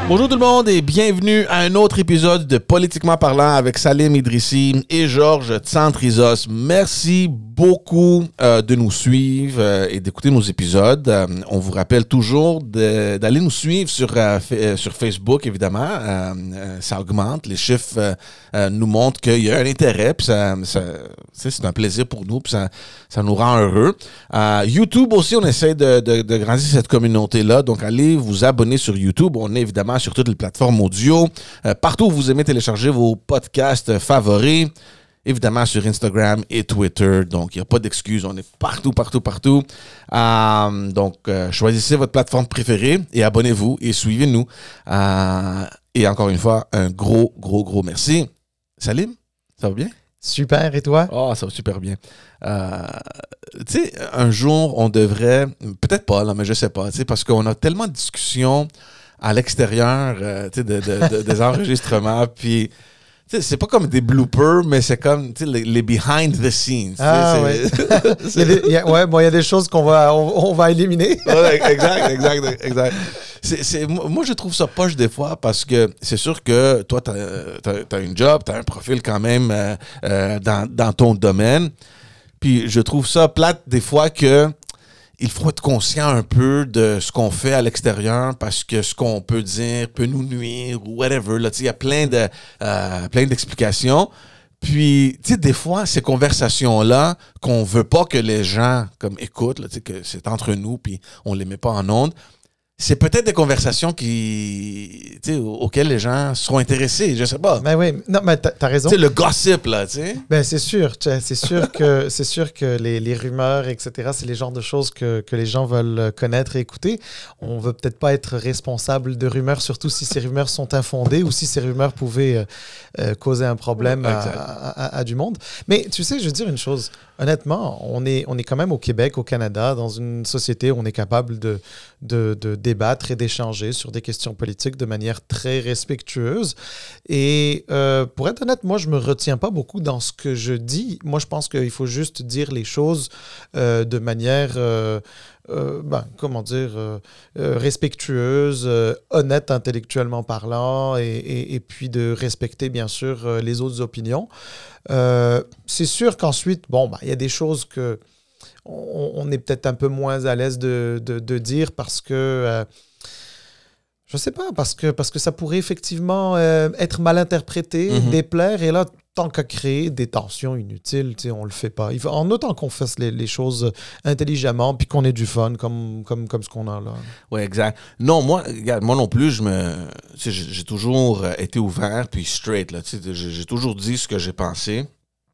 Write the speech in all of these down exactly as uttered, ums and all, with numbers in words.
Bonjour tout le monde et bienvenue à un autre épisode de Politiquement parlant avec Salim Idrissi et Georges Tsantrizos. Merci beaucoup euh, de nous suivre euh, et d'écouter nos épisodes. Euh, on vous rappelle toujours de, d'aller nous suivre sur, euh, f- sur Facebook, évidemment. Euh, euh, ça augmente. Les chiffres euh, euh, nous montrent qu'il y a un intérêt. Puis ça, ça, c'est un plaisir pour nous. Puis ça, ça nous rend heureux. Euh, YouTube aussi, on essaie de, de, de grandir cette communauté-là. Donc, allez vous abonner sur YouTube. On est évidemment sur toutes les plateformes audio. Euh, partout où vous aimez télécharger vos podcasts favoris. Évidemment, sur Instagram et Twitter. Donc, il n'y a pas d'excuses. On est partout, partout, partout. Euh, donc, euh, choisissez votre plateforme préférée et abonnez-vous et suivez-nous. Euh, et encore une fois, un gros, gros, gros merci. Salim, ça va bien? Super, et toi? Oh, ça va super bien. Euh, tu sais, un jour, on devrait... Peut-être pas, là, mais je sais pas. Tu sais, parce qu'on a tellement de discussions à l'extérieur euh, tu sais, de, de, de, des enregistrements, puis... Tu sais, c'est pas comme des bloopers, mais c'est comme tu sais, les, les behind the scenes. Ah, c'est, ouais. c'est... il y a des, il y a, ouais, bon, il y a des choses qu'on va, on, on va éliminer. Ouais, exact, exact, exact. C'est, c'est, moi, je trouve ça poche des fois parce que c'est sûr que toi, t'as, t'as, t'as une job, t'as un profil quand même euh, euh, dans, dans ton domaine. Puis je trouve ça plate des fois que il faut être conscient un peu de ce qu'on fait à l'extérieur parce que ce qu'on peut dire peut nous nuire ou whatever. Là, il y a plein, de, euh, plein d'explications. Puis, tu sais, des fois, ces conversations-là qu'on veut pas que les gens comme écoutent, là, que c'est entre nous puis on les met pas en ondes, c'est peut-être des conversations qui, tu sais, auxquelles les gens seront intéressés, je sais pas. Ben oui, non, mais t'as, t'as raison. Tu sais, le gossip, là, tu sais. Ben c'est sûr, c'est sûr que c'est sûr que les, les rumeurs, et cetera, c'est les genres de choses que, que les gens veulent connaître et écouter. On veut peut-être pas être responsable de rumeurs, surtout si ces rumeurs sont infondées ou si ces rumeurs pouvaient euh, euh, causer un problème à, à, à du monde. Mais tu sais, je veux dire une chose. Honnêtement, on est, on est quand même au Québec, au Canada, dans une société où on est capable de, de, de débattre et d'échanger sur des questions politiques de manière très respectueuse. Et euh, pour être honnête, moi, je me retiens pas beaucoup dans ce que je dis. Moi, je pense qu'il faut juste dire les choses euh, de manière... Euh, Euh, ben, comment dire, euh, euh, respectueuse, euh, honnête intellectuellement parlant, et, et, et puis de respecter, bien sûr, euh, les autres opinions. Euh, c'est sûr qu'ensuite, bon, ben, il y a des choses que on, on est peut-être un peu moins à l'aise de, de, de dire parce que, euh, je sais pas, parce que, parce que ça pourrait effectivement euh, être mal interprété, mm-hmm. déplaire, et là, tant qu'à créer des tensions inutiles, on le fait pas. Il faut, en autant qu'on fasse les, les choses intelligemment puis qu'on ait du fun comme, comme, comme ce qu'on a là. Oui, exact. Non, moi, regarde, moi non plus, je me, j'ai, j'ai toujours été ouvert puis straight. Là, j'ai, j'ai toujours dit ce que j'ai pensé.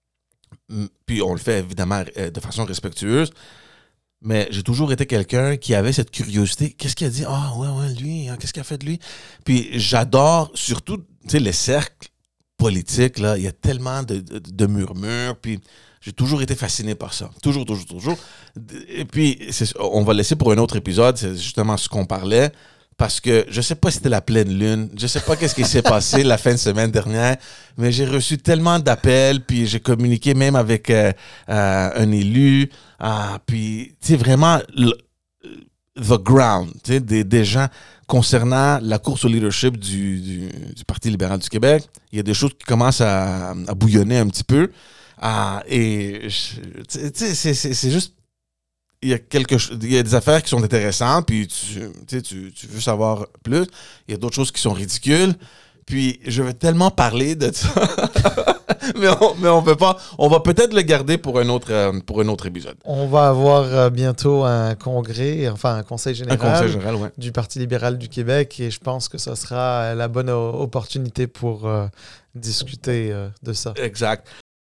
Puis on le fait évidemment de façon respectueuse. Mais j'ai toujours été quelqu'un qui avait cette curiosité. Qu'est-ce qu'il a dit? Ah, ouais, ouais, lui, hein, qu'est-ce qu'il a fait de lui? Puis j'adore surtout, tu sais, les cercles politique, là, il y a tellement de, de, de murmures, puis j'ai toujours été fasciné par ça. Toujours, toujours, toujours. Et puis, c'est, on va laisser pour un autre épisode, c'est justement ce qu'on parlait, parce que je sais pas si c'était la pleine lune, je sais pas qu'est-ce qui s'est passé la fin de semaine dernière, mais j'ai reçu tellement d'appels, puis j'ai communiqué même avec euh, euh, un élu, euh, puis, tu sais, vraiment... Le, the ground, tu sais, des, des gens concernant la course au leadership du, du, du Parti libéral du Québec. Il y a des choses qui commencent à, à bouillonner un petit peu. Ah, et, tu sais, c'est, c'est, c'est juste... Il y a quelque chose, il y a des affaires qui sont intéressantes, puis tu, tu, tu, tu veux savoir plus. Il y a d'autres choses qui sont ridicules. Puis, je veux tellement parler de ça. mais on mais on peut pas. On va peut-être le garder pour un autre, euh, pour un autre épisode. On va avoir euh, bientôt un congrès, enfin un conseil général, un conseil général ouais. du Parti libéral du Québec, et je pense que ce sera la bonne o- opportunité pour euh, discuter euh, de ça. Exact.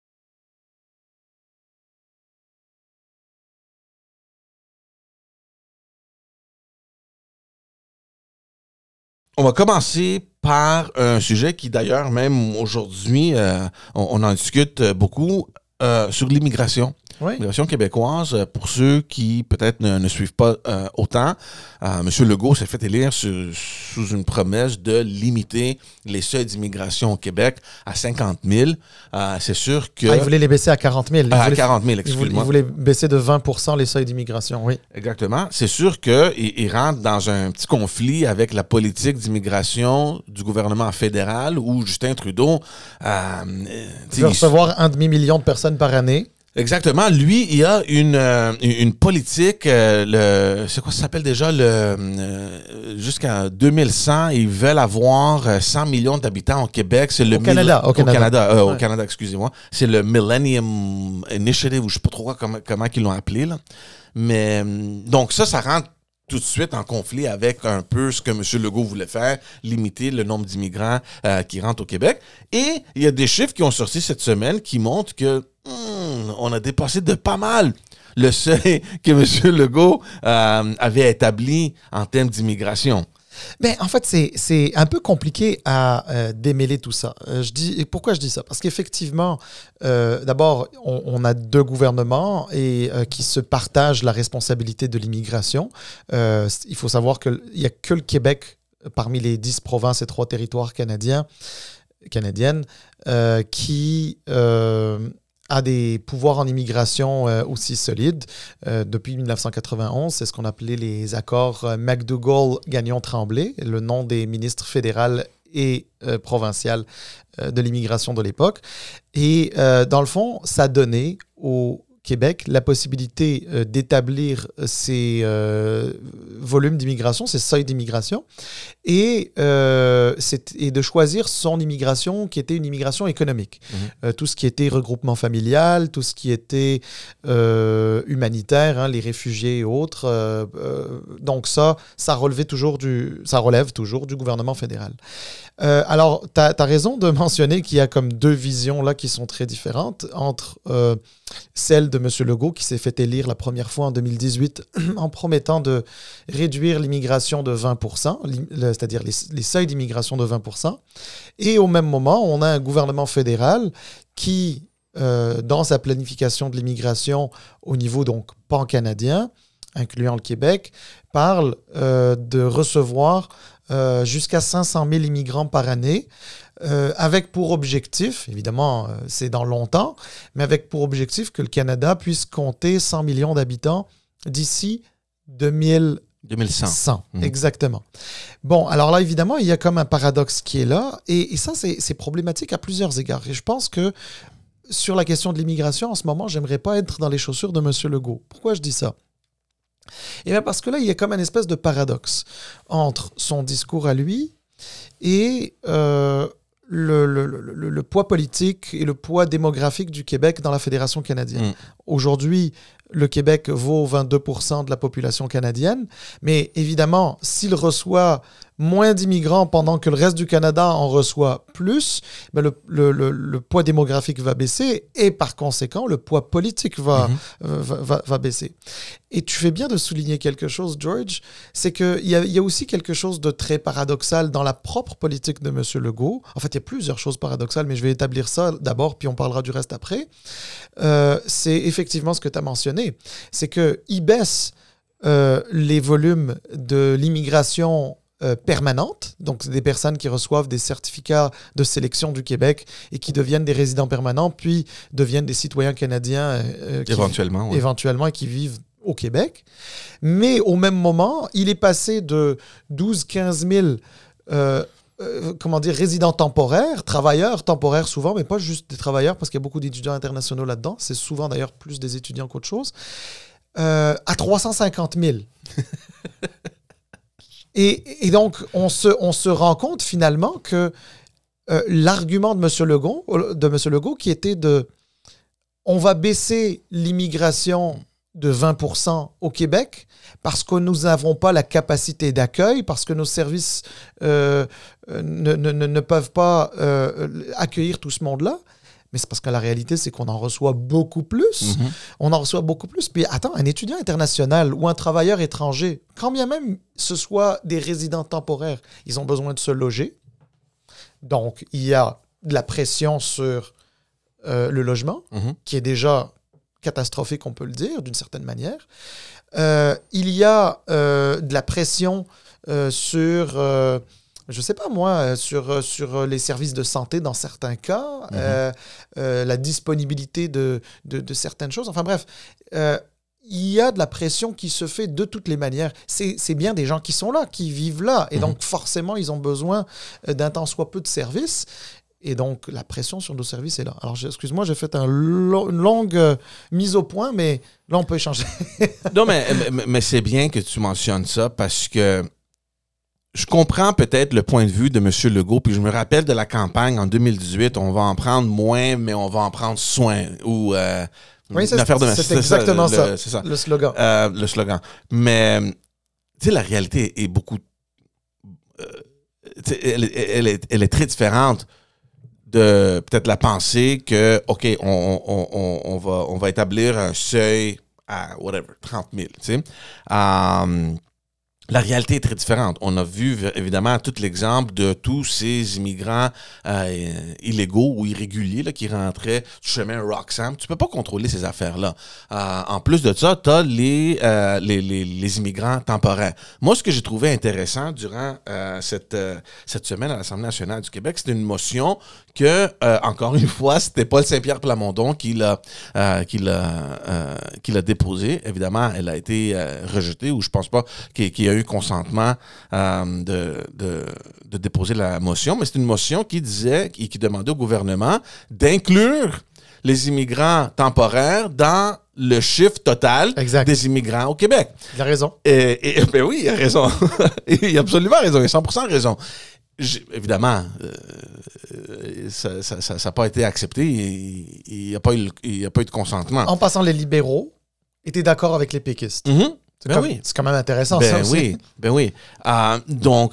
On va commencer par un sujet qui, d'ailleurs, même aujourd'hui, euh, on, on en discute beaucoup, euh, sur l'immigration. Oui. L'immigration québécoise, euh, pour ceux qui peut-être ne, ne suivent pas euh, autant, euh, M. Legault s'est fait élire sur, sous une promesse de limiter les seuils d'immigration au Québec à cinquante mille. Euh, c'est sûr que... Ah, il voulait les baisser à quarante mille. Il à voulait, quarante mille, il voulait, excuse-moi. il voulait baisser de vingt pour cent les seuils d'immigration, oui. Exactement. C'est sûr qu'il il rentre dans un petit conflit avec la politique d'immigration du gouvernement fédéral où Justin Trudeau... Euh, il veut recevoir un demi-million de personnes par année. Exactement. Lui, il a une, euh, une politique, euh, le, c'est quoi ça s'appelle déjà, le euh, jusqu'en deux mille cent, ils veulent avoir cent millions d'habitants au Québec. C'est le au, Canada, mille... au Canada. Au Canada, euh, ouais. au Canada, excusez-moi. C'est le Millennium Initiative, ou je sais pas trop quoi, comment, comment ils l'ont appelé, là. Mais, donc ça, ça rentre tout de suite en conflit avec un peu ce que M. Legault voulait faire, limiter le nombre d'immigrants euh, qui rentrent au Québec. Et il y a des chiffres qui ont sorti cette semaine qui montrent que hmm, on a dépassé de pas mal le seuil que M. Legault euh, avait établi en termes d'immigration. Ben, en fait, c'est, c'est un peu compliqué à euh, démêler tout ça. Euh, je dis, et pourquoi je dis ça? Parce qu'effectivement, euh, d'abord, on, on a deux gouvernements et, euh, qui se partagent la responsabilité de l'immigration. Euh, il faut savoir qu'il n'y a que le Québec, parmi les dix provinces et trois territoires canadiens, canadiennes, euh, qui... Euh, a des pouvoirs en immigration euh, aussi solides. Euh, depuis dix-neuf cent quatre-vingt-onze, c'est ce qu'on appelait les accords euh, McDougall-Gagnon-Tremblay, le nom des ministres fédérales et euh, provinciales euh, de l'immigration de l'époque. Et euh, dans le fond, ça donnait au Québec la possibilité euh, d'établir ces euh, volumes d'immigration, ces seuils d'immigration, et, euh, c'est, et de choisir son immigration qui était une immigration économique. Mmh. Euh, tout ce qui était regroupement familial, tout ce qui était euh, humanitaire, hein, les réfugiés et autres. Euh, euh, donc ça, ça, relevait toujours du, ça relève toujours du gouvernement fédéral. Euh, alors, tu as raison de mentionner qu'il y a comme deux visions là qui sont très différentes entre euh, celle de M. Legault qui s'est fait élire la première fois en deux mille dix-huit en promettant de réduire l'immigration de vingt pour cent, c'est-à-dire les, les seuils d'immigration de vingt pour cent. Et au même moment, on a un gouvernement fédéral qui, euh, dans sa planification de l'immigration au niveau donc pan-canadien, incluant le Québec, parle euh, de recevoir Euh, jusqu'à cinq cent mille immigrants par année, euh, avec pour objectif, évidemment, euh, c'est dans longtemps, mais avec pour objectif que le Canada puisse compter cent millions d'habitants d'ici deux mille cent. Mmh. Exactement. Bon, alors là, évidemment, il y a comme un paradoxe qui est là, et, et ça, c'est, c'est problématique à plusieurs égards. Et je pense que sur la question de l'immigration, en ce moment, j'aimerais pas être dans les chaussures de M. Legault. Pourquoi je dis ça? Et bien parce que là, il y a comme un espèce de paradoxe entre son discours à lui et euh, le, le, le, le poids politique et le poids démographique du Québec dans la Fédération canadienne. Mmh. Aujourd'hui, le Québec vaut vingt-deux pour cent de la population canadienne, mais évidemment, s'il reçoit moins d'immigrants pendant que le reste du Canada en reçoit plus, ben le, le, le, le poids démographique va baisser et par conséquent, le poids politique va, mmh. euh, va, va, va baisser. Et tu fais bien de souligner quelque chose, George, c'est qu'il y a, il y a aussi quelque chose de très paradoxal dans la propre politique de M. Legault. En fait, il y a plusieurs choses paradoxales, mais je vais établir ça d'abord, puis on parlera du reste après. Euh, c'est effectivement ce que tu as mentionné. C'est qu'il baisse euh, les volumes de l'immigration Euh, permanente, donc c'est des personnes qui reçoivent des certificats de sélection du Québec et qui deviennent des résidents permanents, puis deviennent des citoyens canadiens euh, qui, éventuellement, ouais. éventuellement et qui vivent au Québec. Mais au même moment, il est passé de douze à quinze mille euh, euh, comment dire, résidents temporaires, travailleurs temporaires souvent, mais pas juste des travailleurs, parce qu'il y a beaucoup d'étudiants internationaux là-dedans, c'est souvent d'ailleurs plus des étudiants qu'autre chose, euh, à trois cent cinquante mille. Et, et donc, on se, on se rend compte finalement que euh, l'argument de M. Legault, de M. Legault qui était de « on va baisser l'immigration de vingt pour cent au Québec parce que nous n'avons pas la capacité d'accueil, parce que nos services euh, ne, ne, ne peuvent pas euh, accueillir tout ce monde-là ». Mais c'est parce que la réalité, c'est qu'on en reçoit beaucoup plus. Mm-hmm. On en reçoit beaucoup plus. Puis attends, un étudiant international ou un travailleur étranger, quand bien même ce soit des résidents temporaires, ils ont besoin de se loger. Donc, il y a de la pression sur euh, le logement, mm-hmm. qui est déjà catastrophique, on peut le dire, d'une certaine manière. Euh, il y a euh, de la pression euh, sur, euh, je sais pas moi, sur, sur les services de santé dans certains cas, mm-hmm. euh, euh, la disponibilité de, de, de certaines choses. Enfin bref, euh, il y a de la pression qui se fait de toutes les manières. C'est, c'est bien des gens qui sont là, qui vivent là. Et mm-hmm. donc, forcément, ils ont besoin d'un tant soit peu de services. Et donc, la pression sur nos services est là. Alors, excuse-moi, j'ai fait un lo- une longue euh, mise au point, mais là, on peut échanger. Non, mais, mais, mais c'est bien que tu mentionnes ça parce que je comprends peut-être le point de vue de M. Legault, puis je me rappelle de la campagne en deux mille dix-huit, on va en prendre moins, mais on va en prendre soin. Ou... Euh, Oui, c'est, affaire de c'est, c'est exactement ça, le, ça, c'est ça, le slogan. Euh, le slogan. Mais, tu sais, la réalité est beaucoup... Euh, elle, elle, est, elle est très différente de peut-être la pensée que, OK, on, on, on, on, va, on va établir un seuil à, whatever, trente mille, tu sais. Euh, La réalité est très différente. On a vu, évidemment, tout l'exemple de tous ces immigrants euh, illégaux ou irréguliers là, qui rentraient du chemin Roxham. Tu peux pas contrôler ces affaires-là. Euh, en plus de ça, tu as les, euh, les, les, les immigrants temporaires. Moi, ce que j'ai trouvé intéressant durant euh, cette, euh, cette semaine à l'Assemblée nationale du Québec, c'était une motion que, euh, encore une fois, c'était Paul Saint-Pierre Plamondon qui l'a, euh, qui l'a, euh, qui l'a déposée. Évidemment, elle a été euh, rejetée, ou je pense pas qu'il, qu'il y a eu consentement euh, de, de, de déposer la motion, mais c'est une motion qui disait et qui demandait au gouvernement d'inclure les immigrants temporaires dans le chiffre total exact. Des immigrants au Québec. Il a raison. Et, et, ben oui, il a raison. Il a absolument raison. Il a cent pour cent raison. J'ai, évidemment, euh, ça n'a pas été accepté. Il n'y a, a pas eu de consentement. En passant, les libéraux étaient d'accord avec les péquistes. Mm-hmm. C'est, ben comme, oui. c'est quand même intéressant, ben ça aussi. Oui, ben oui. Euh, donc,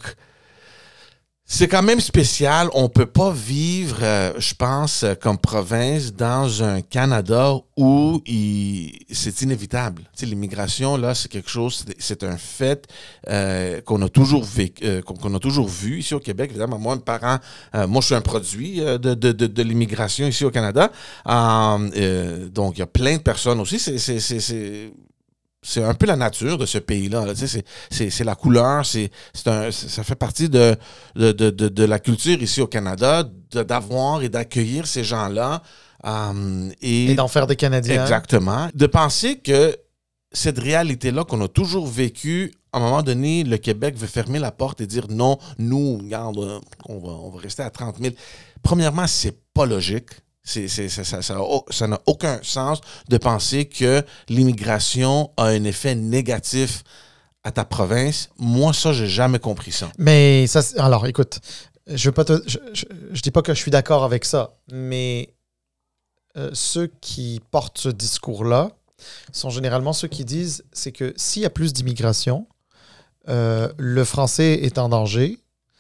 c'est quand même spécial. On ne peut pas vivre, euh, je pense, comme province dans un Canada où il, c'est inévitable. Tu sais, l'immigration, là, c'est quelque chose, c'est, c'est un fait euh, qu'on a toujours vécu, euh, qu'on, qu'on a toujours vu ici au Québec. Évidemment, moi, mes parents, euh, moi, je suis un produit euh, de, de, de, de l'immigration ici au Canada. Euh, euh, donc, il y a plein de personnes aussi. C'est... c'est, c'est, c'est C'est un peu la nature de ce pays-là. Là. Tu sais, c'est, c'est, c'est la couleur, c'est, c'est un, ça fait partie de, de, de, de, de la culture ici au Canada, de, d'avoir et d'accueillir ces gens-là. Euh, et, et d'en faire des Canadiens. Exactement. De penser que cette réalité-là qu'on a toujours vécue, à un moment donné, le Québec veut fermer la porte et dire non, nous, regarde, on va, on va rester à trente mille. Premièrement, c'est pas logique. C'est, c'est, ça, ça, ça, ça n'a aucun sens de penser que l'immigration a un effet négatif à ta province. Moi, ça, j'ai jamais compris ça. Mais ça, alors, écoute, je veux pas te, je, je, je dis pas que je suis d'accord avec ça, mais euh, ceux qui portent ce discours-là sont généralement ceux qui disent, c'est que s'il y a plus d'immigration, euh, le français est en danger.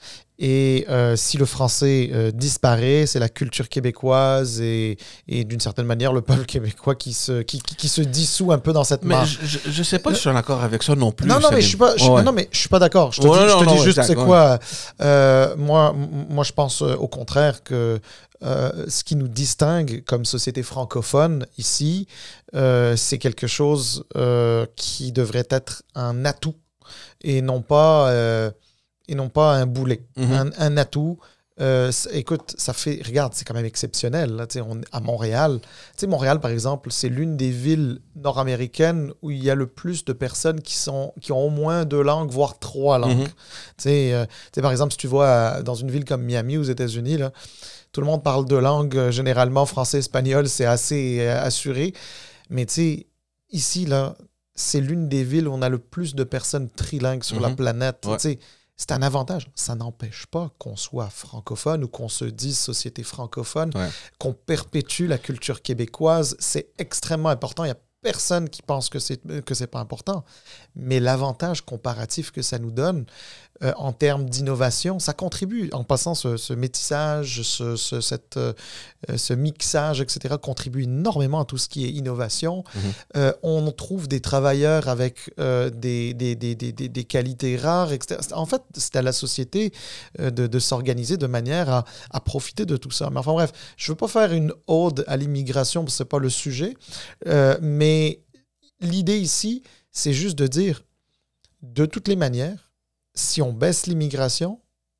Et euh, si le français euh, disparaît, c'est la culture québécoise et, et d'une certaine manière le peuple québécois qui se, qui, qui, qui se dissout un peu dans cette marche. Mais je ne sais pas si je suis d'accord avec ça non plus. Non, non, mais je suis pas, je, ouais. non, mais je suis pas d'accord. Je te ouais, dis, non, je te non, dis juste, c'est quoi. Euh, moi, moi, je pense euh, au contraire que euh, ce qui nous distingue comme société francophone ici, euh, c'est quelque chose euh, qui devrait être un atout et non pas... Euh, et non pas un boulet, mm-hmm. un, un atout. Euh, écoute, ça fait... Regarde, c'est quand même exceptionnel. Là, on, à Montréal, Montréal, par exemple, c'est l'une des villes nord-américaines où il y a le plus de personnes qui, sont, qui ont au moins deux langues, voire trois langues. Mm-hmm. Euh, par exemple, si tu vois dans une ville comme Miami, aux États-Unis, là, tout le monde parle deux langues. Euh, généralement, français, espagnol, c'est assez euh, assuré. Mais ici, là, c'est l'une des villes où on a le plus de personnes trilingues sur mm-hmm. la planète. Ouais. C'est un avantage. Ça n'empêche pas qu'on soit francophone ou qu'on se dise société francophone, ouais. qu'on perpétue la culture québécoise. C'est extrêmement important. Il y a personne qui pense que c'est que c'est pas important. Mais l'avantage comparatif que ça nous donne euh, en termes d'innovation, ça contribue. En passant, ce, ce métissage, ce, ce, cette, euh, ce mixage, et cetera, contribue énormément à tout ce qui est innovation. Mm-hmm. Euh, on trouve des travailleurs avec euh, des, des, des, des, des, des qualités rares, et cetera. En fait, c'est à la société euh, de, de s'organiser de manière à, à profiter de tout ça. Mais enfin bref, je ne veux pas faire une ode à l'immigration, parce que ce n'est pas le sujet. Euh, mais l'idée ici, c'est juste de dire, de toutes les manières, si on baisse l'immigration,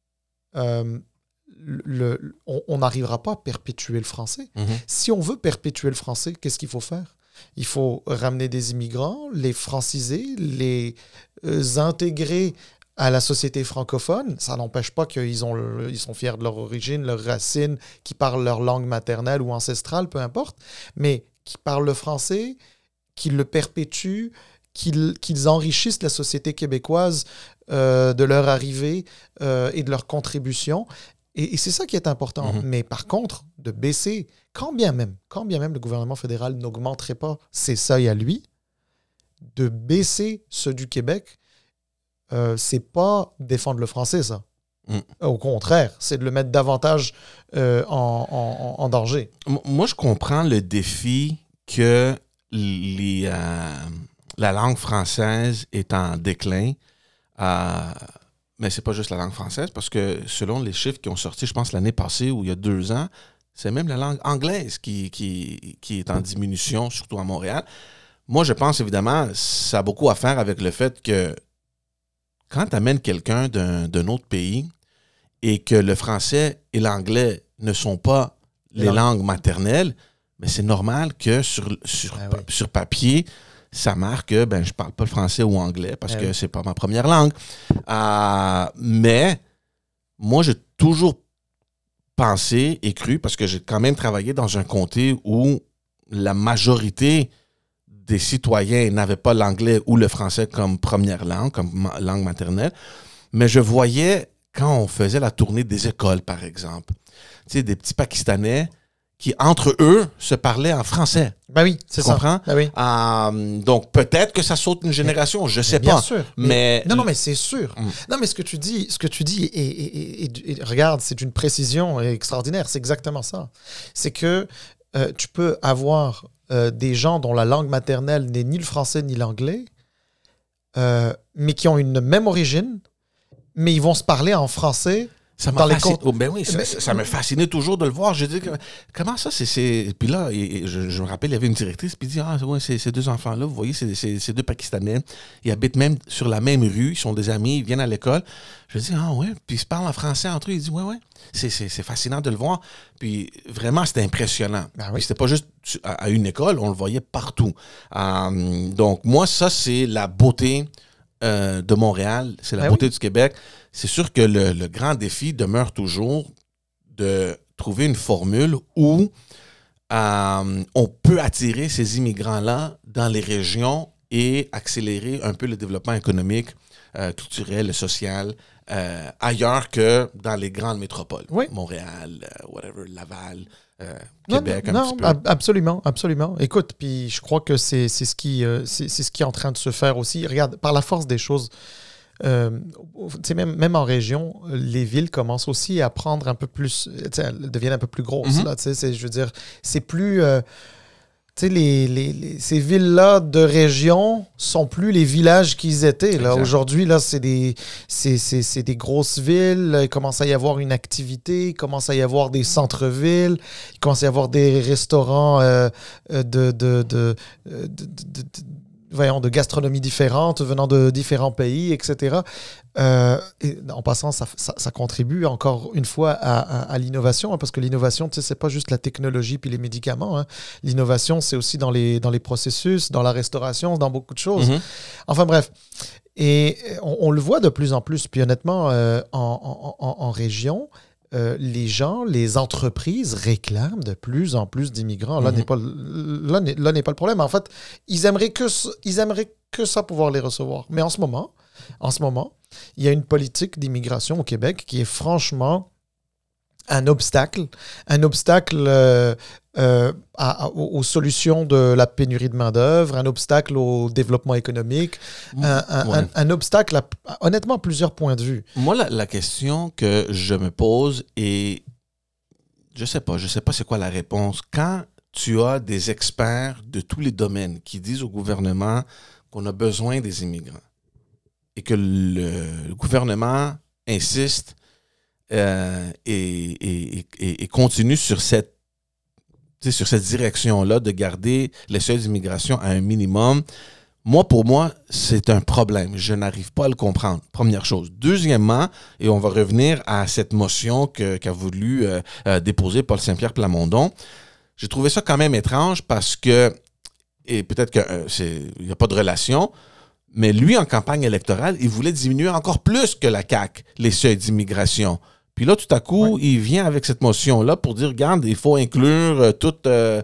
euh, le, on n'arrivera pas à perpétuer le français. Mm-hmm. Si on veut perpétuer le français, qu'est-ce qu'il faut faire? Il faut ramener des immigrants, les franciser, les euh, intégrer à la société francophone. Ça n'empêche pas qu'ils ont, ils sont fiers de leur origine, leurs racines, qu'ils parlent leur langue maternelle ou ancestrale, peu importe, mais qu'ils parlent le français, qu'ils le perpétuent, qu'ils, qu'ils enrichissent la société québécoise euh, de leur arrivée euh, et de leur contribution. Et, et c'est ça qui est important. Mm-hmm. Mais par contre, de baisser, quand bien même, quand bien même le gouvernement fédéral n'augmenterait pas ses seuils à lui, de baisser ceux du Québec, euh, c'est pas défendre le français, ça. Mm. Au contraire, c'est de le mettre davantage euh, en, en, en danger. Moi, je comprends le défi que les, euh, la langue française est en déclin. Euh, mais c'est pas juste la langue française, parce que selon les chiffres qui ont sorti, je pense, l'année passée ou il y a deux ans, c'est même la langue anglaise qui, qui, qui est en diminution, surtout à Montréal. Moi, je pense, évidemment, ça a beaucoup à faire avec le fait que quand tu amènes quelqu'un d'un, d'un autre pays et que le français et l'anglais ne sont pas les langues, langues maternelles, mais c'est normal que sur, sur, ah, pa- oui. sur papier, ça marque que ben, je ne parle pas le français ou anglais parce ah, que oui. c'est pas ma première langue. Euh, mais moi, j'ai toujours pensé et cru, parce que j'ai quand même travaillé dans un comté où la majorité des citoyens n'avaient pas l'anglais ou le français comme première langue, comme ma- langue maternelle. Mais je voyais, quand on faisait la tournée des écoles, par exemple, tu sais, des petits Pakistanais qui, entre eux, se parlaient en français. Ben oui, c'est tu comprends? ça. Ben oui. Euh, donc, peut-être que ça saute une génération, je sais mais bien pas. Sûr. Mais... Non, non, mais c'est sûr. Mm. Non, mais ce que tu dis, ce que tu dis, et, et, et, et regarde, c'est d'une précision extraordinaire. C'est exactement ça. C'est que euh, tu peux avoir euh, des gens dont la langue maternelle n'est ni le français ni l'anglais, euh, mais qui ont une même origine, mais ils vont se parler en français. Ça m'a fasciné. Oh, ben oui, ça, mais, ça, ça m'a fasciné toujours de le voir. Je dis, comment ça, c'est. c'est... Puis là, je, je me rappelle, il y avait une directrice, puis il dit, ah, ouais, c'est, ces deux enfants-là, vous voyez, c'est, c'est, c'est deux Pakistanais. Ils habitent même sur la même rue, ils sont des amis, ils viennent à l'école. Je dis, ah, ouais, puis ils se parlent en français entre eux. Il dit, ouais, ouais. C'est, c'est, c'est fascinant de le voir. Puis vraiment, c'était impressionnant. Ben oui. Puis c'était pas juste à, à une école, on le voyait partout. Um, donc, moi, ça, c'est la beauté euh, de Montréal, c'est la ben beauté oui. du Québec. C'est sûr que le, le grand défi demeure toujours de trouver une formule où euh, on peut attirer ces immigrants-là dans les régions et accélérer un peu le développement économique, euh, culturel, social, euh, ailleurs que dans les grandes métropoles. Oui. Montréal, euh, whatever, Laval, euh, Québec, non, un non, petit peu. Ab- absolument, absolument. Écoute, puis je crois que c'est, c'est, ce qui, euh, c'est, c'est ce qui est en train de se faire aussi. Regarde, par la force des choses, Euh, même, même en région, les villes commencent aussi à prendre un peu plus, elles deviennent un peu plus grosses. Mm-hmm. Là, c'est, je veux dire, c'est plus... Euh, les, les, les, ces villes-là de région sont plus les villages qu'ils étaient. Là. Aujourd'hui, là, c'est, des, c'est, c'est, c'est des grosses villes. Il commence à y avoir une activité. Il commence à y avoir des centres-villes. Il commence à y avoir des restaurants euh, de... de, de, de, de, de, de voyons, de gastronomie différente, venant de différents pays, et cetera. Euh, et en passant, ça, ça, ça contribue encore une fois à, à, à l'innovation, hein, parce que l'innovation, tu sais, c'est pas juste la technologie puis les médicaments. Hein. L'innovation, c'est aussi dans les, dans les processus, dans la restauration, dans beaucoup de choses. Mm-hmm. Enfin bref. Et on, on le voit de plus en plus. Puis honnêtement, euh, en, en, en, en région, Euh, les gens, les entreprises réclament de plus en plus d'immigrants. Là, mm-hmm. n'est pas, là, n'est, là n'est pas le problème. En fait, ils aimeraient que, ils aimeraient que ça pouvoir les recevoir. Mais en ce moment, en ce moment, il y a une politique d'immigration au Québec qui est franchement un obstacle. Un obstacle euh, euh, à, à, aux solutions de la pénurie de main-d'œuvre, un obstacle au développement économique, un, un, ouais. un, un obstacle à, à honnêtement plusieurs points de vue. Moi, la, la question que je me pose est, je sais pas, je sais pas c'est quoi la réponse. Quand tu as des experts de tous les domaines qui disent au gouvernement qu'on a besoin des immigrants et que le, le gouvernement insiste euh, et, et, et, et continue sur cette sur cette direction-là de garder les seuils d'immigration à un minimum, moi, pour moi, c'est un problème. Je n'arrive pas à le comprendre, première chose. Deuxièmement, et on va revenir à cette motion que, qu'a voulu euh, euh, déposer Paul Saint-Pierre Plamondon, j'ai trouvé ça quand même étrange parce que, et peut-être qu'il n'y a pas de relation, mais lui, en campagne électorale, il voulait diminuer encore plus que la C A Q les seuils d'immigration. Puis là, tout à coup, ouais. il vient avec cette motion-là pour dire, regarde, il faut inclure euh, tout... Euh,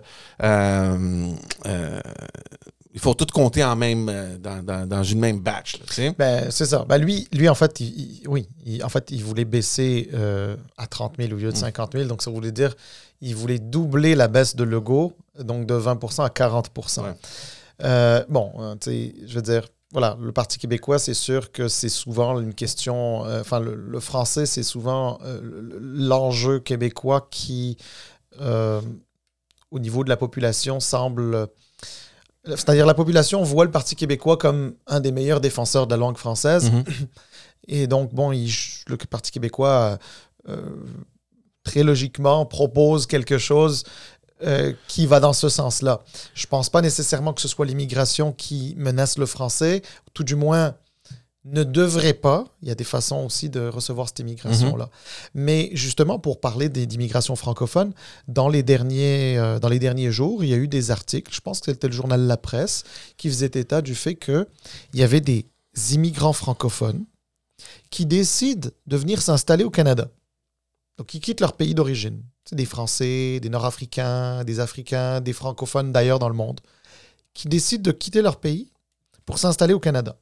euh, euh, il faut tout compter en même, euh, dans, dans, dans une même batch. Là, tu sais? Ben, c'est ça. Ben, lui, lui, en fait, il, il, oui, il, en fait, il voulait baisser euh, à trente mille au lieu de cinquante mille. Donc, ça voulait dire il voulait doubler la baisse de Legault, donc de vingt pour cent à quarante pour cent. Ouais. Euh, bon, tu sais, je veux dire... Voilà, le Parti québécois, c'est sûr que c'est souvent une question... Euh, enfin, le, le français, c'est souvent euh, l'enjeu québécois qui, euh, au niveau de la population, semble... C'est-à-dire, la population voit le Parti québécois comme un des meilleurs défenseurs de la langue française. Mm-hmm. Et donc, bon, il, le Parti québécois, euh, très logiquement, propose quelque chose... Euh, qui va dans ce sens-là. Je ne pense pas nécessairement que ce soit l'immigration qui menace le français, tout du moins ne devrait pas. Il y a des façons aussi de recevoir cette immigration-là. Mm-hmm. Mais justement, pour parler des, d'immigration francophone, dans les, derniers, euh, dans les derniers jours, il y a eu des articles, je pense que c'était le journal La Presse, qui faisait état du fait qu'il y avait des immigrants francophones qui décident de venir s'installer au Canada. Donc, ils quittent leur pays d'origine. C'est des Français, des Nord-Africains, des Africains, des francophones d'ailleurs dans le monde, qui décident de quitter leur pays pour s'installer au Canada.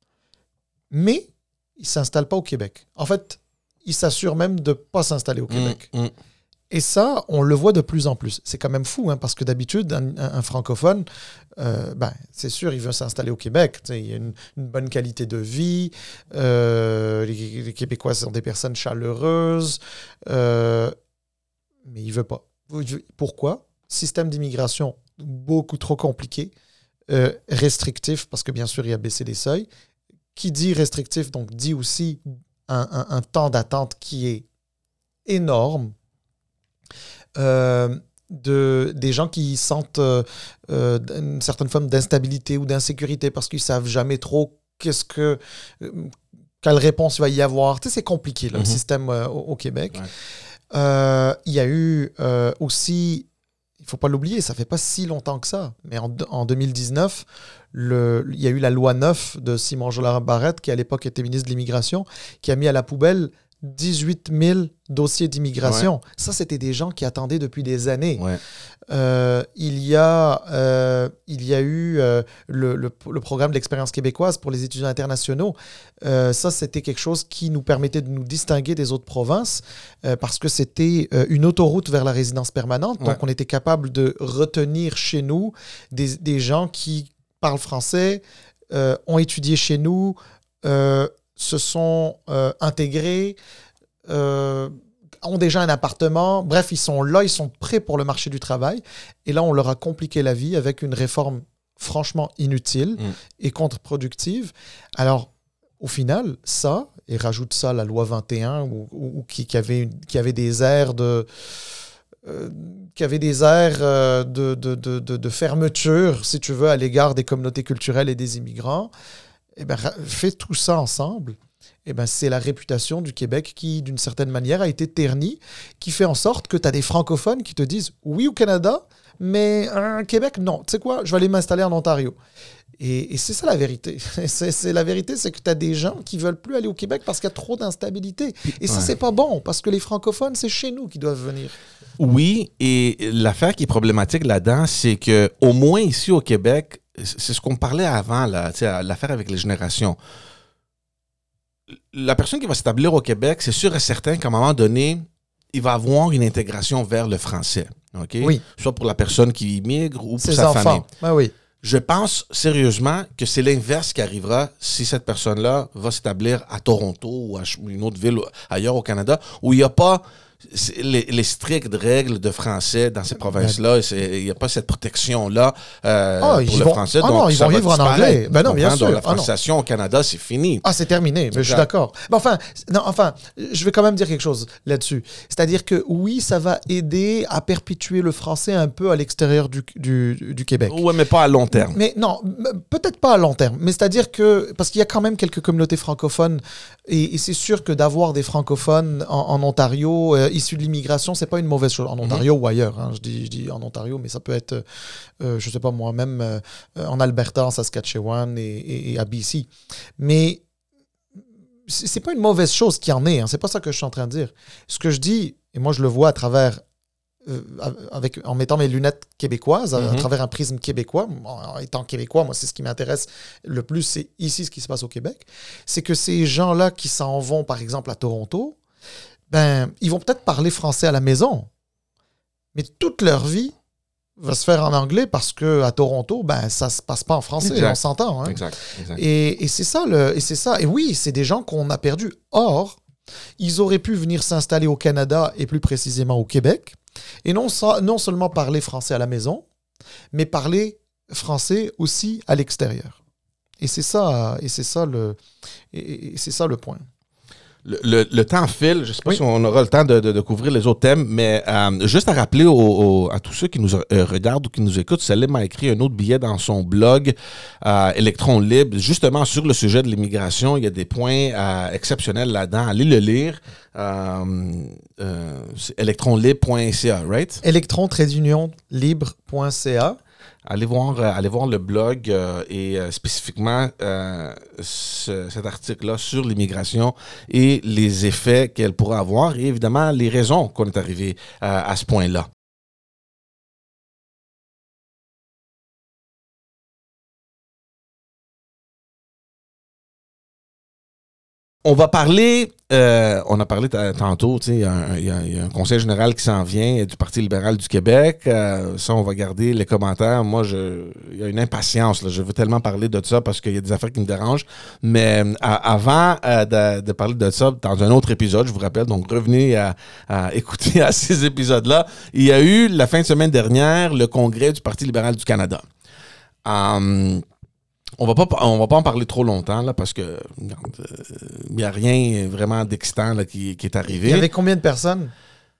Mais ils ne s'installent pas au Québec. En fait, ils s'assurent même de ne pas s'installer au Québec. Mmh, mmh. Et ça, on le voit de plus en plus. C'est quand même fou, hein, parce que d'habitude, un, un, un francophone, euh, ben, c'est sûr, il veut s'installer au Québec. Il y a une, une bonne qualité de vie. Euh, les, les Québécois sont des personnes chaleureuses. Euh, mais il ne veut pas. Pourquoi? Système d'immigration beaucoup trop compliqué. Euh, restrictif, parce que bien sûr, il a baissé les seuils. Qui dit restrictif, donc dit aussi un, un, un temps d'attente qui est énorme. Euh, de, des gens qui sentent euh, euh, une certaine forme d'instabilité ou d'insécurité parce qu'ils ne savent jamais trop qu'est-ce que, euh, quelle réponse il va y avoir. Tu sais, c'est compliqué, là, mm-hmm. le système euh, au, au Québec. Ouais. Euh, il y a eu euh, aussi, il ne faut pas l'oublier, ça ne fait pas si longtemps que ça, mais en, en deux mille dix-neuf, le, il y a eu la loi neuf de Simon Jolin Barrette, qui à l'époque était ministre de l'Immigration, qui a mis à la poubelle dix-huit mille dossiers d'immigration. Ouais. Ça, c'était des gens qui attendaient depuis des années. Ouais. Euh, il, y a, euh, il y a eu euh, le, le, le programme de l'expérience québécoise pour les étudiants internationaux. Euh, ça, c'était quelque chose qui nous permettait de nous distinguer des autres provinces euh, parce que c'était euh, une autoroute vers la résidence permanente. Ouais. Donc, on était capable de retenir chez nous des, des gens qui parlent français, euh, ont étudié chez nous, euh, se sont euh, intégrés, euh, ont déjà un appartement. Bref, ils sont là, ils sont prêts pour le marché du travail. Et là, on leur a compliqué la vie avec une réforme franchement inutile mmh. et contre-productive. Alors, au final, ça, et rajoute ça la loi vingt et un, où, où, qui, qui, avait une, qui avait des airs de... Euh, qui avait des airs euh, de, de, de, de, de fermeture, si tu veux, à l'égard des communautés culturelles et des immigrants. Eh ben, fais tout ça ensemble, eh ben, c'est la réputation du Québec qui, d'une certaine manière, a été ternie, qui fait en sorte que tu as des francophones qui te disent « oui au Canada, mais un Québec, non. Tu sais quoi, je vais aller m'installer en Ontario. » Et, et c'est ça la vérité. C'est, c'est la vérité, c'est que tu as des gens qui ne veulent plus aller au Québec parce qu'il y a trop d'instabilité. Et ça, ouais. c'est pas bon, parce que les francophones, c'est chez nous qu'ils doivent venir. Oui, et l'affaire qui est problématique là-dedans, c'est qu'au moins ici au Québec, c'est ce qu'on parlait avant, là, l'affaire avec les générations. La personne qui va s'établir au Québec, c'est sûr et certain qu'à un moment donné, il va avoir une intégration vers le français. OK? Oui. Soit pour la personne qui immigre ou pour Ses sa enfants. famille. Ben oui. Je pense sérieusement que c'est l'inverse qui arrivera si cette personne-là va s'établir à Toronto ou à une autre ville ailleurs au Canada où il n'y a pas les, les strictes règles de français dans ces provinces-là. Il n'y a pas cette protection-là euh, oh, pour ils le vont... français. Ah donc non, ils ça vont va vivre en disparaître. anglais. Ben non, bien sûr. Donc la Ah non. francisation au Canada, c'est fini. Ah, c'est terminé, mais je suis d'accord. Mais enfin, non, enfin, je vais quand même dire quelque chose là-dessus. C'est-à-dire que oui, ça va aider à perpétuer le français un peu à l'extérieur du, du, du Québec. Oui, mais pas à long terme. Mais non, peut-être pas à long terme. Mais c'est-à-dire que, parce qu'il y a quand même quelques communautés francophones, et, et c'est sûr que d'avoir des francophones en, en Ontario, euh, issus de l'immigration, c'est pas une mauvaise chose. En Ontario mm-hmm. ou ailleurs. Hein, je, dis, je dis en Ontario, mais ça peut être, euh, je sais pas moi, même euh, en Alberta, en Saskatchewan et, et, et à B C. Mais c'est pas une mauvaise chose qu'il y en ait. Hein, c'est pas ça que je suis en train de dire. Ce que je dis, et moi je le vois à travers, euh, avec, en mettant mes lunettes québécoises, mm-hmm. à, à travers un prisme québécois, en étant québécois, moi c'est ce qui m'intéresse le plus, c'est ici ce qui se passe au Québec, c'est que ces gens-là qui s'en vont par exemple à Toronto, ben ils vont peut-être parler français à la maison, mais toute leur vie va se faire en anglais parce qu'à Toronto, ben, ça ne se passe pas en français, exact. On s'entend. Hein? Exact, exact. Et, et c'est ça, le, et c'est ça. Et oui, c'est des gens qu'on a perdus. Or, ils auraient pu venir s'installer au Canada et plus précisément au Québec, et non, non seulement parler français à la maison, mais parler français aussi à l'extérieur. Et c'est ça, et c'est ça, le, et, et c'est ça le point. Le, le, le temps file. Je ne sais pas oui. si on aura le temps de, de, de couvrir les autres thèmes, mais euh, juste à rappeler au, au, à tous ceux qui nous euh, regardent ou qui nous écoutent, Salim m'a écrit un autre billet dans son blog euh, Électron Libre, justement sur le sujet de l'immigration. Il y a des points euh, exceptionnels là-dedans. Allez le lire. Euh, euh, c'est électron libre point c a, right? électron union libre point c a. Allez voir, euh, allez voir le blog euh, et euh, spécifiquement euh, ce, cet article-là sur l'immigration et les effets qu'elle pourra avoir et évidemment les raisons qu'on est arrivé euh, à ce point-là. On va parler, euh, on a parlé t- tantôt, tu sais, il y, y, y a un conseil général qui s'en vient du Parti libéral du Québec. Euh, ça, on va garder les commentaires. Moi, il y a une impatience. Là. Je veux tellement parler de ça parce qu'il y a des affaires qui me dérangent. Mais à, avant euh, de, de parler de ça, dans un autre épisode, je vous rappelle, donc revenez à, à écouter à ces épisodes-là. Il y a eu, la fin de semaine dernière, le congrès du Parti libéral du Canada. Um, On va pas, on va pas en parler trop longtemps là, parce que il euh, n'y a rien vraiment d'excitant là, qui, qui est arrivé. Il y avait combien de personnes?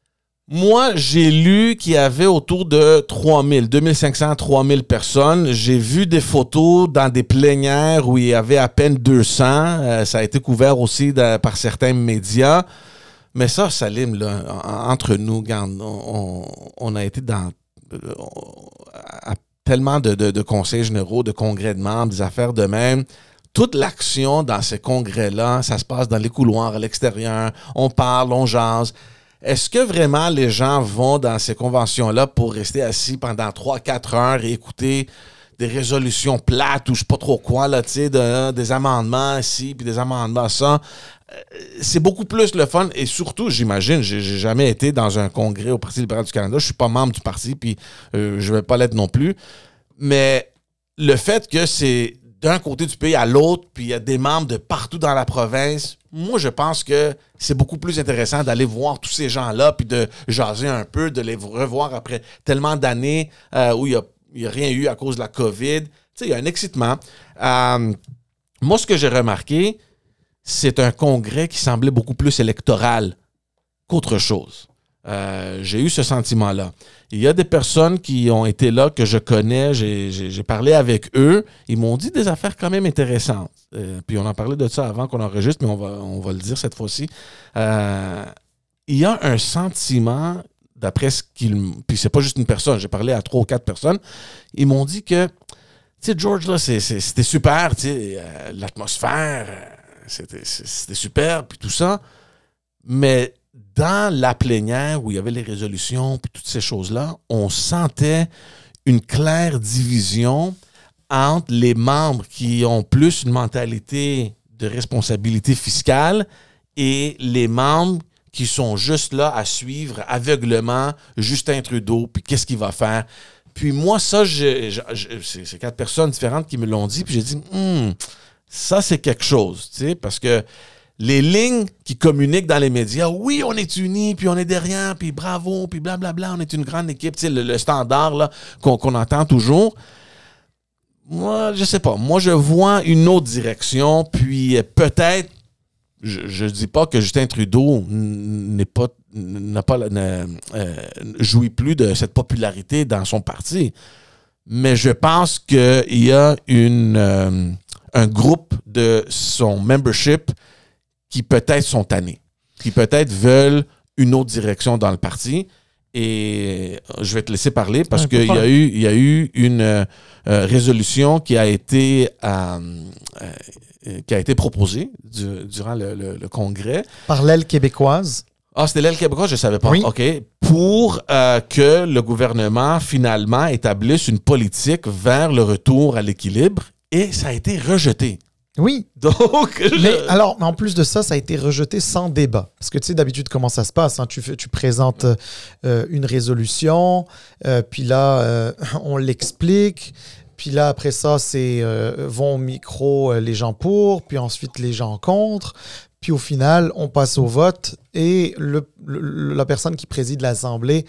Moi, j'ai lu qu'il y avait autour de trois mille, deux mille cinq cents, trois mille personnes. J'ai vu des photos dans des plénières où il y avait à peine deux cents. Euh, ça a été couvert aussi de, par certains médias. Mais ça, Salim, là, entre nous, regarde, on, on a été dans... On, à, tellement de, de, de conseils généraux, de congrès de membres, des affaires de même. Toute l'action dans ces congrès-là, ça se passe dans les couloirs, à l'extérieur. On parle, on jase. Est-ce que vraiment les gens vont dans ces conventions-là pour rester assis pendant trois à quatre heures et écouter des résolutions plates ou je sais pas trop quoi, là, tu sais, de, des amendements ici puis des amendements ça? C'est beaucoup plus le fun et surtout, j'imagine, j'ai, j'ai jamais été dans un congrès au Parti libéral du Canada. Je suis pas membre du parti puis euh, je vais pas l'être non plus. Mais le fait que c'est d'un côté du pays à l'autre puis il y a des membres de partout dans la province, moi, je pense que c'est beaucoup plus intéressant d'aller voir tous ces gens-là puis de jaser un peu, de les revoir après tellement d'années euh, où il y a, il y a rien eu à cause de la COVID. Tu sais, il y a un excitement. Euh, moi, ce que j'ai remarqué, c'est un congrès qui semblait beaucoup plus électoral qu'autre chose. Euh, j'ai eu ce sentiment-là. Il y a des personnes qui ont été là, que je connais, j'ai, j'ai, j'ai parlé avec eux, ils m'ont dit des affaires quand même intéressantes. Euh, puis on en parlait de ça avant qu'on enregistre, mais on va, on va le dire cette fois-ci. Euh, il y a un sentiment, d'après ce qu'ils... Puis c'est pas juste une personne, j'ai parlé à trois ou quatre personnes, ils m'ont dit que, tu sais, George, là, c'est, c'est, c'était super, tu sais, euh, l'atmosphère... Euh, C'était, c'était super, puis tout ça. Mais dans la plénière où il y avait les résolutions, puis toutes ces choses-là, on sentait une claire division entre les membres qui ont plus une mentalité de responsabilité fiscale et les membres qui sont juste là à suivre aveuglement Justin Trudeau, puis qu'est-ce qu'il va faire. Puis moi, ça, je, je, je, c'est, c'est quatre personnes différentes qui me l'ont dit, puis j'ai dit, hum, ça, c'est quelque chose, tu sais, parce que les lignes qui communiquent dans les médias, oui, on est unis, puis on est derrière, puis bravo, puis blablabla, on est une grande équipe, tu sais, le, le standard là, qu'on, qu'on entend toujours. Moi, je sais pas. Moi, je vois une autre direction, puis peut-être, je ne dis pas que Justin Trudeau n'est pas, n'a pas, ne, euh, jouit plus de cette popularité dans son parti, mais je pense qu'il y a une, euh, un groupe de son membership qui peut-être sont tannés, qui peut-être veulent une autre direction dans le parti. Et je vais te laisser parler parce ouais, qu'il y a eu, il y a eu une euh, résolution qui a été, euh, euh, qui a été proposée du, durant le, le, le congrès. Par l'aile québécoise. Ah, c'était l'aile québécoise, je ne savais pas. Oui. OK. Pour euh, que le gouvernement, finalement, établisse une politique vers le retour à l'équilibre. Et ça a été rejeté. Oui. Donc, je... mais alors, en plus de ça, ça a été rejeté sans débat. Parce que tu sais, d'habitude, comment ça se passe, hein? tu, fais, tu présentes euh, une résolution, euh, puis là, euh, on l'explique, puis là, après ça, c'est euh, vont au micro euh, les gens pour, puis ensuite les gens contre, puis au final, on passe au vote, et le, le, la personne qui préside l'Assemblée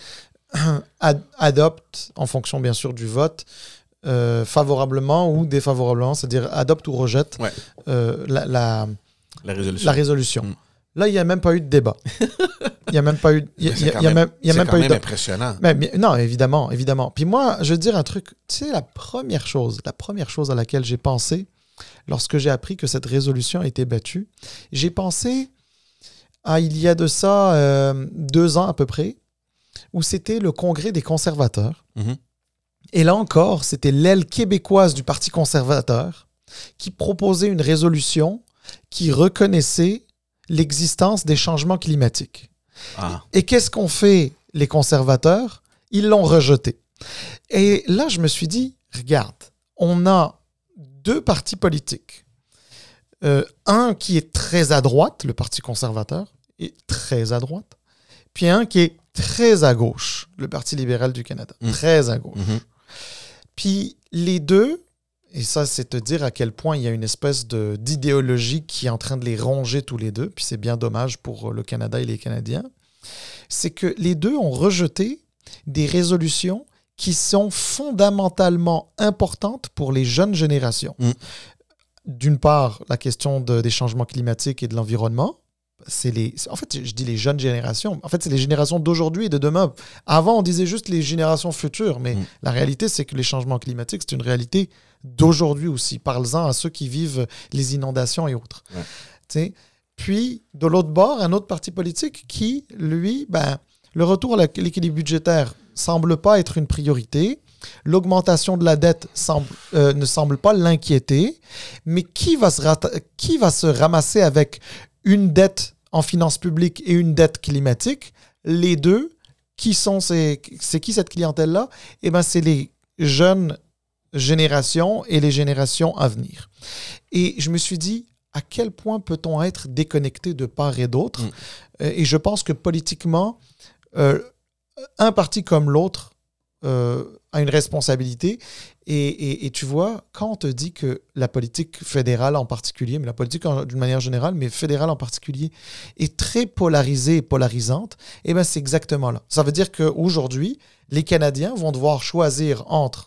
ad, adopte, en fonction bien sûr du vote, Euh, favorablement ou défavorablement, c'est-à-dire adopte ou rejette ouais. euh, la, la, la résolution. La résolution. Mm. Là, il n'y a même pas eu de débat. Il n'y a même pas eu... Y a, y a, y a même, y a même pas eu de... impressionnant. Mais, mais, non, évidemment, évidemment. Puis moi, je veux dire un truc. Tu sais, la première chose, la première chose à laquelle j'ai pensé lorsque j'ai appris que cette résolution a été battue, j'ai pensé à il y a de ça euh, deux ans à peu près, où c'était le congrès des conservateurs. Mm-hmm. Et là encore, c'était l'aile québécoise du Parti conservateur qui proposait une résolution qui reconnaissait l'existence des changements climatiques. Ah. Et qu'est-ce qu'ont fait les conservateurs? Ils l'ont rejeté. Et là, je me suis dit, regarde, on a deux partis politiques. Euh, un qui est très à droite, le Parti conservateur, est très à droite, puis un qui est très à gauche, le Parti libéral du Canada, mmh. très à gauche. Mmh. Puis les deux, et ça c'est te dire à quel point il y a une espèce de, d'idéologie qui est en train de les ronger tous les deux, puis c'est bien dommage pour le Canada et les Canadiens, c'est que les deux ont rejeté des résolutions qui sont fondamentalement importantes pour les jeunes générations. Mmh. D'une part, la question de, des changements climatiques et de l'environnement, c'est les, en fait, je dis les jeunes générations. En fait, c'est les générations d'aujourd'hui et de demain. Avant, on disait juste les générations futures, mais mmh. la réalité, c'est que les changements climatiques, c'est une réalité d'aujourd'hui aussi. Parle-en à ceux qui vivent les inondations et autres. Ouais. T'sais? Puis, de l'autre bord, un autre parti politique qui, lui, ben, le retour à l'équilibre budgétaire semble pas être une priorité. L'augmentation de la dette semble, euh, ne semble pas l'inquiéter. Mais qui va se, rat- qui va se ramasser avec une dette en finances publiques et une dette climatique? Les deux, qui sont ces, c'est qui cette clientèle-là? Eh bien, c'est les jeunes générations et les générations à venir. Et je me suis dit, à quel point peut-on être déconnecté de part et d'autre? Mmh. Et je pense que politiquement, euh, un parti comme l'autre euh, a une responsabilité. Et, et, et tu vois, quand on te dit que la politique fédérale en particulier, mais la politique en, d'une manière générale, mais fédérale en particulier, est très polarisée et polarisante, eh bien, c'est exactement là. Ça veut dire qu'aujourd'hui, les Canadiens vont devoir choisir entre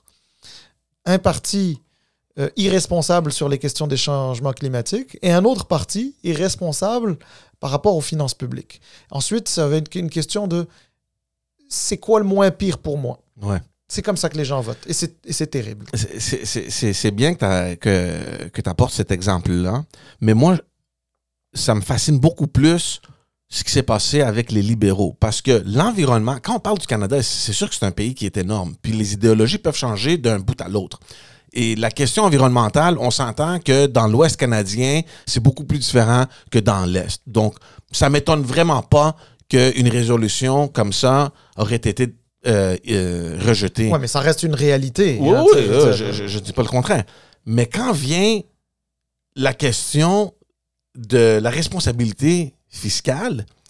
un parti euh, irresponsable sur les questions des changements climatiques et un autre parti irresponsable par rapport aux finances publiques. Ensuite, ça va être une question de c'est quoi le moins pire pour moi? Ouais. C'est comme ça que les gens votent. Et c'est, et c'est terrible. C'est, c'est, c'est, c'est bien que tu apportes cet exemple-là. Mais moi, ça me fascine beaucoup plus ce qui s'est passé avec les libéraux. Parce que l'environnement, quand on parle du Canada, c'est sûr que c'est un pays qui est énorme. Puis les idéologies peuvent changer d'un bout à l'autre. Et la question environnementale, on s'entend que dans l'Ouest canadien, c'est beaucoup plus différent que dans l'Est. Donc, ça ne m'étonne vraiment pas qu'une résolution comme ça aurait été Euh, euh, rejeté. Oui, mais ça reste une réalité. Oui, hein, oui, euh, je ne dis pas le contraire. Mais quand vient la question de la responsabilité fiscale,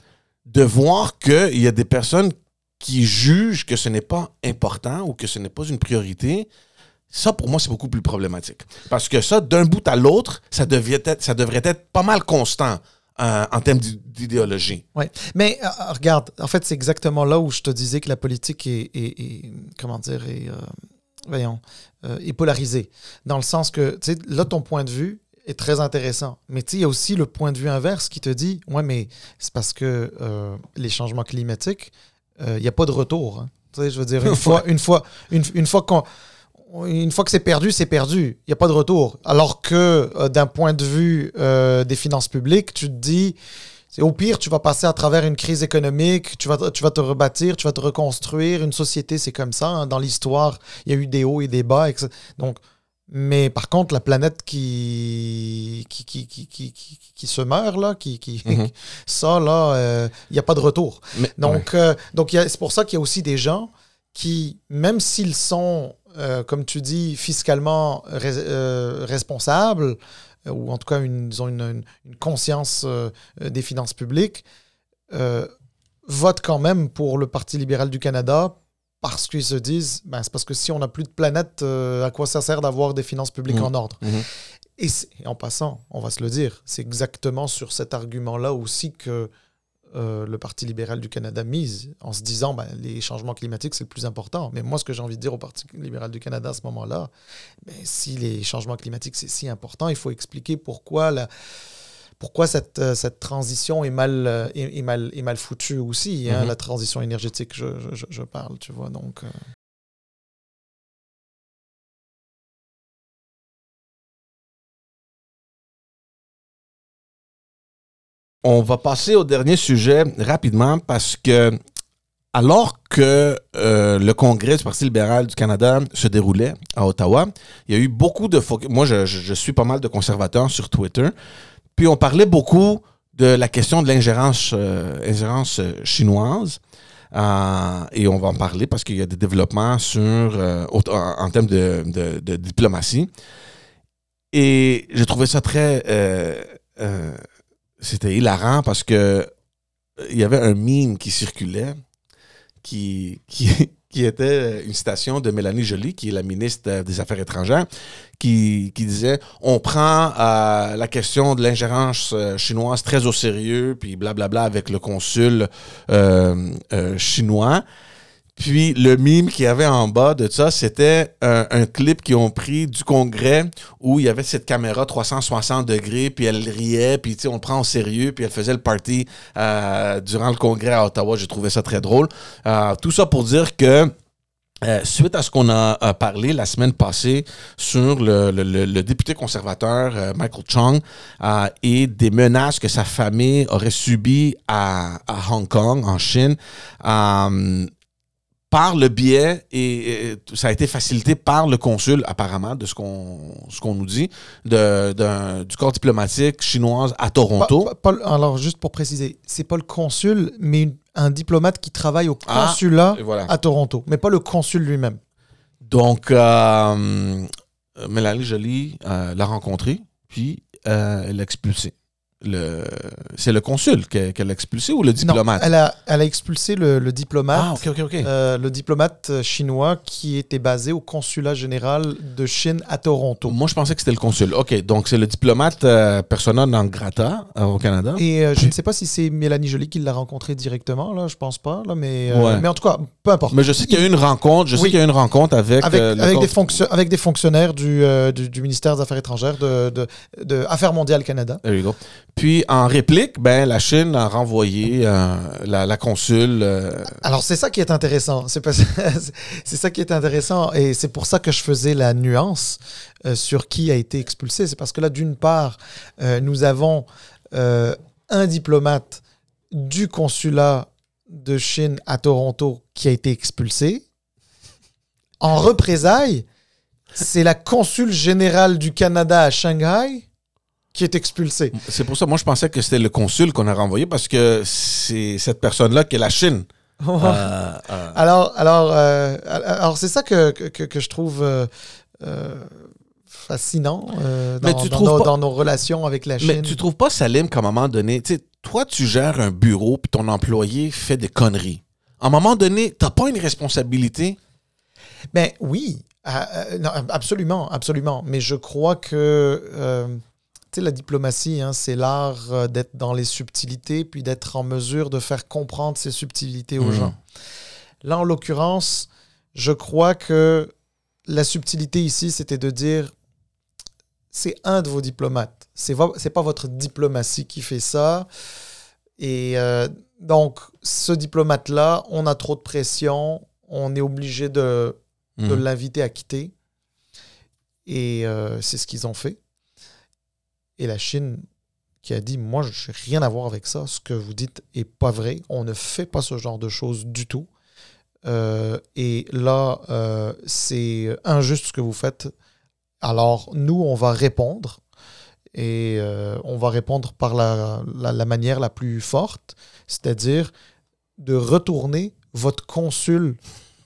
de voir qu'il y a des personnes qui jugent que ce n'est pas important ou que ce n'est pas une priorité, ça, pour moi, c'est beaucoup plus problématique. Parce que ça, d'un bout à l'autre, ça, devait être, ça devrait être pas mal constant euh, en termes d'idéologie. Oui, mais euh, regarde, en fait, c'est exactement là où je te disais que la politique est, est, est comment dire, est, euh, voyons, euh, est polarisée. Dans le sens que, tu sais, là, ton point de vue est très intéressant. Mais tu sais, il y a aussi le point de vue inverse qui te dit, ouais, mais c'est parce que euh, les changements climatiques, il euh, n'y a pas de retour. Hein. Tu sais, je veux dire, une fois, une fois, une, une fois qu'on... Une fois que c'est perdu, c'est perdu. Il n'y a pas de retour. Alors que euh, d'un point de vue euh, des finances publiques, tu te dis, c'est au pire, tu vas passer à travers une crise économique, tu vas, tu vas te rebâtir, tu vas te reconstruire. Une société, c'est comme ça. Hein. Dans l'histoire, il y a eu des hauts et des bas. Et cetera. Donc, mais par contre, la planète qui, qui, qui, qui, qui, qui, qui se meurt, là, qui, qui, mm-hmm. ça, là, il euh, n'y a pas de retour. Mais, donc, ouais. euh, donc y a, c'est pour ça qu'il y a aussi des gens qui, même s'ils sont... Euh, comme tu dis, fiscalement res- euh, responsables, euh, ou en tout cas, une, ils ont une, une, une conscience euh, des finances publiques, euh, votent quand même pour le Parti libéral du Canada parce qu'ils se disent, ben, c'est parce que si on n'a plus de planète, euh, à quoi ça sert d'avoir des finances publiques mmh. en ordre? Mmh. Et, et en passant, on va se le dire, c'est exactement sur cet argument-là aussi que Euh, le Parti libéral du Canada mise, en se disant ben, les changements climatiques, c'est le plus important. Mais moi, ce que j'ai envie de dire au Parti libéral du Canada à ce moment-là, ben, si les changements climatiques, c'est si important, il faut expliquer pourquoi, la, pourquoi cette, cette transition est mal, est, est mal, est mal foutue aussi, hein, mm-hmm. la transition énergétique, je, je, je parle, tu vois. Donc... Euh... On va passer au dernier sujet rapidement parce que alors que euh, le congrès du Parti libéral du Canada se déroulait à Ottawa, il y a eu beaucoup de... Fo- Moi, je, je suis pas mal de conservateurs sur Twitter. Puis on parlait beaucoup de la question de l'ingérence euh, ingérence chinoise. Euh, et on va en parler parce qu'il y a des développements sur, euh, en, en termes de, de, de diplomatie. Et j'ai trouvé ça très... Euh, euh, C'était hilarant parce que il y avait un meme qui circulait qui, qui, qui était une citation de Mélanie Joly, qui est la ministre des Affaires étrangères, qui, qui disait « On prend euh, la question de l'ingérence chinoise très au sérieux, puis blablabla avec le consul euh, euh, chinois. » Puis le meme qu'il y avait en bas de ça, c'était un, un clip qu'ils ont pris du congrès où il y avait cette caméra trois cent soixante degrés, puis elle riait, puis on le prend au sérieux, puis elle faisait le party euh, durant le congrès à Ottawa. J'ai trouvé ça très drôle. Euh, tout ça pour dire que Euh, suite à ce qu'on a, a parlé la semaine passée sur le, le, le, le député conservateur euh, Michael Chong euh, et des menaces que sa famille aurait subies à, à Hong Kong, en Chine, euh, par le biais, et, et ça a été facilité par le consul, apparemment, de ce qu'on, ce qu'on nous dit, de, de, du corps diplomatique chinois à Toronto. Pas, pas, alors, juste pour préciser, c'est pas le consul, mais une, un diplomate qui travaille au consulat ah, voilà. à Toronto, mais pas le consul lui-même. Donc, euh, Mélanie Joly euh, l'a rencontré, puis euh, elle l'a expulsé. Le... C'est le consul qu'elle a expulsé ou le diplomate? Non, elle a, elle a expulsé le, le diplomate, ah, ok, ok, ok. Euh, le diplomate chinois qui était basé au consulat général de Chine à Toronto. Moi, je pensais que c'était le consul. Ok, donc c'est le diplomate euh, persona non grata euh, au Canada. Et euh, je ne sais pas si c'est Mélanie Joly qui l'a rencontré directement, là, je pense pas, là, mais, euh, ouais. mais en tout cas, peu importe. Mais je sais qu'il y a eu une rencontre, je sais oui. qu'il y a eu une rencontre avec avec, euh, avec, des, fonction- avec des fonctionnaires du, euh, du, du ministère des Affaires étrangères de, de, de Affaires mondiales Canada. There you go. Puis, en réplique, ben, la Chine a renvoyé euh, la, la consul. Euh... Alors, c'est ça qui est intéressant. C'est, pas, c'est ça qui est intéressant. Et c'est pour ça que je faisais la nuance euh, sur qui a été expulsé. C'est parce que là, d'une part, euh, nous avons euh, un diplomate du consulat de Chine à Toronto qui a été expulsé. En représailles, c'est la consul générale du Canada à Shanghai qui est expulsé. C'est pour ça, moi, je pensais que c'était le consul qu'on a renvoyé parce que c'est cette personne-là qui est la Chine. euh, euh... Alors, alors, euh, alors, c'est ça que, que, que je trouve... Euh, euh, fascinant euh, Mais dans, tu dans, trouves nos, pas- dans nos relations avec la Chine. Mais tu trouves pas, Salim, qu'à un moment donné, tu sais, toi, tu gères un bureau puis ton employé fait des conneries. À un moment donné, t'as pas une responsabilité? Ben oui, euh, euh, non, absolument, absolument. Mais je crois que euh, tu sais, la diplomatie, hein, c'est l'art euh, d'être dans les subtilités, puis d'être en mesure de faire comprendre ces subtilités aux Mm. gens. Là, en l'occurrence, je crois que la subtilité ici, c'était de dire, c'est un de vos diplomates. C'est vo- c'est pas votre diplomatie qui fait ça. Et euh, donc, ce diplomate-là, on a trop de pression, on est obligé de, de Mm. l'inviter à quitter. Et euh, c'est ce qu'ils ont fait. Et la Chine qui a dit, moi, je n'ai rien à voir avec ça. Ce que vous dites est pas vrai. On ne fait pas ce genre de choses du tout. Euh, et là, euh, c'est injuste ce que vous faites. Alors, nous, on va répondre. Et euh, on va répondre par la, la, la manière la plus forte, c'est-à-dire de retourner votre consul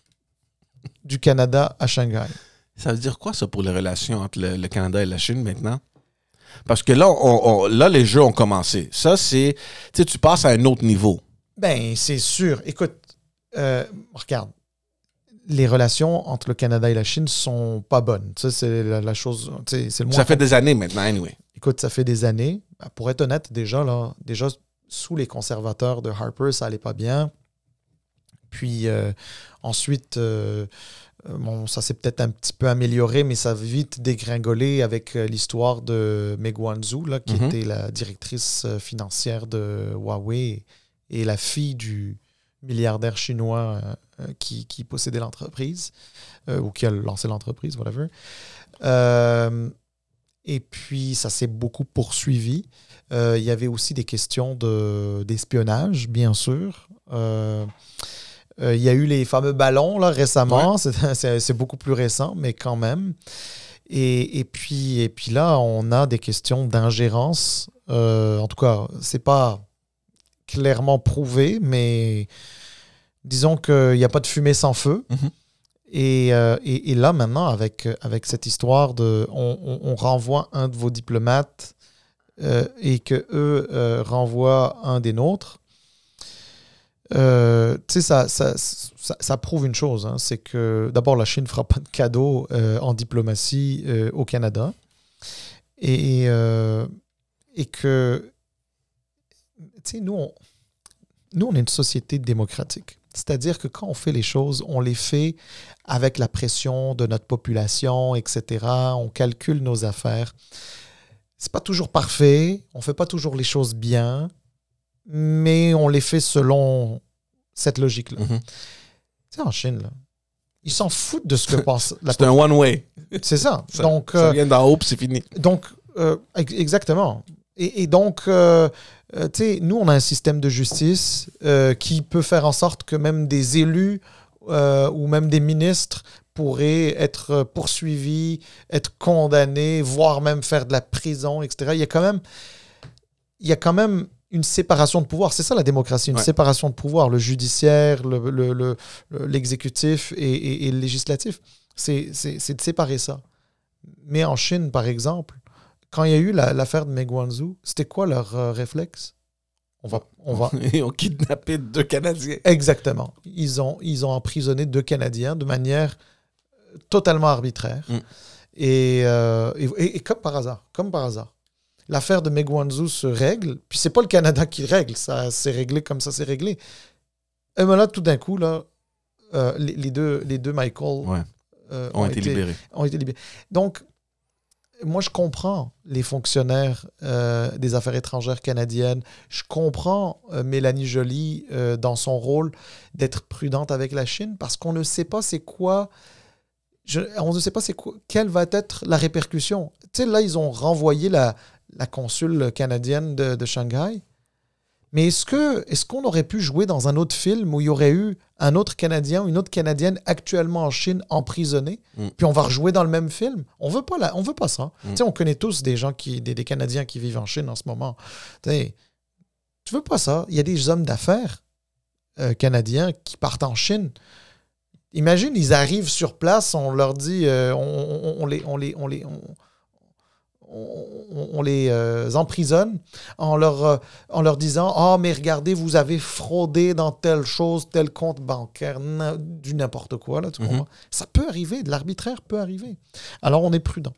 du Canada à Shanghai. Ça veut dire quoi, ça, pour les relations entre le, le Canada et la Chine, maintenant? Parce que là, on, on- là, les jeux ont commencé. Ça, c'est... Tu sais, tu passes à un autre niveau. Ben, c'est sûr. Écoute, euh, regarde, les relations entre le Canada et la Chine sont pas bonnes. Ça, c'est la, la chose... tu sais, c'est le moins Ça fait des années maintenant, anyway. Écoute, ça fait des années. Pour être honnête, déjà, là, déjà sous les conservateurs de Harper, ça allait pas bien. Puis euh, ensuite, euh, bon, ça s'est peut-être un petit peu amélioré, mais ça a vite dégringolé avec euh, l'histoire de Meg Wanzhou, là, qui Mhm. était la directrice euh, financière de Huawei et la fille du milliardaire chinois euh, qui, qui possédait l'entreprise, euh, ou qui a lancé l'entreprise, whatever. Euh, Et puis, ça s'est beaucoup poursuivi. Euh, il y avait aussi des questions de, d'espionnage, bien sûr. Euh, euh, il y a eu les fameux ballons là, récemment. C'est, c'est, c'est beaucoup plus récent, mais quand même. Et, et, puis, et puis là, on a des questions d'ingérence. Euh, en tout cas, c'est pas clairement prouvé, mais disons qu'il n'y a pas de fumée sans feu. Mhm. Et, euh, et, et là, maintenant, avec, avec cette histoire de... On, on, on renvoie un de vos diplomates euh, et qu'eux euh, renvoient un des nôtres, euh, tu sais, ça, ça, ça, ça prouve une chose, hein, c'est que d'abord, la Chine ne fera pas de cadeau euh, en diplomatie euh, au Canada. Et, euh, et que, tu sais, nous, on, nous, on est une société démocratique. C'est-à-dire que quand on fait les choses, on les fait avec la pression de notre population, et cetera. On calcule nos affaires. C'est pas toujours parfait, on fait pas toujours les choses bien, mais on les fait selon cette logique-là. Mhm. Tu sais, en Chine, là, ils s'en foutent de ce que pense la C'est un one-way. C'est ça. Ça, donc, ça euh, vient d'en haut, puis c'est fini. donc euh, ex- exactement. Et, et donc, euh, euh, tu sais, nous, on a un système de justice euh, qui peut faire en sorte que même des élus euh, ou même des ministres pourraient être poursuivis, être condamnés, voire même faire de la prison, et cetera. Il y a quand même, il y a quand même une séparation de pouvoir. C'est ça la démocratie, une Ouais. séparation de pouvoir. Le judiciaire, le, le- le- le- l'exécutif et, et- et le législatif. C'est, c'est, c'est de séparer ça. Mais en Chine, par exemple, quand il y a eu la- l'affaire de Meg Wanzhou, c'était quoi leur euh, réflexe? On va, on va... Ils ont kidnappé deux Canadiens. Exactement. Ils ont, ils ont emprisonné deux Canadiens de manière totalement arbitraire. Mm. Et, euh, et, et- et comme par hasard, comme par hasard, l'affaire de Meg Wanzhou se règle, puis c'est pas le Canada qui règle, ça s'est réglé comme ça s'est réglé. Et ben là, tout d'un coup, là, euh, les, les deux, les deux Michael Ouais, euh, ont été libérés. ont été libérés. Donc, moi, je comprends les fonctionnaires euh, des affaires étrangères canadiennes. Je comprends euh, Mélanie Joly euh, dans son rôle d'être prudente avec la Chine parce qu'on ne sait pas c'est quoi. Je- on ne sait pas c'est quoi, quelle va être la répercussion. Tu sais, là, ils ont renvoyé la, la consul canadienne de, de Shanghai. Mais est-ce que est-ce qu'on aurait pu jouer dans un autre film où il y aurait eu un autre Canadien ou une autre Canadienne actuellement en Chine emprisonnée, Mm. puis on va rejouer dans le même film? On veut pas la, on veut pas ça. Mm. Tu sais, on connaît tous des gens qui, des, des Canadiens qui vivent en Chine en ce moment. Tu sais, tu veux pas ça? Il y a des hommes d'affaires euh, canadiens qui partent en Chine. Imagine, ils arrivent sur place, on leur dit, euh, on, on, on les, on les, on les, on, on, on les euh, emprisonne en leur, euh, en leur disant « Ah, oh, mais regardez, vous avez fraudé dans telle chose, tel compte bancaire, na, du n'importe quoi. » là, tu comprends? Mm-hmm. Ça peut arriver, de l'arbitraire peut arriver. Alors, on est prudent.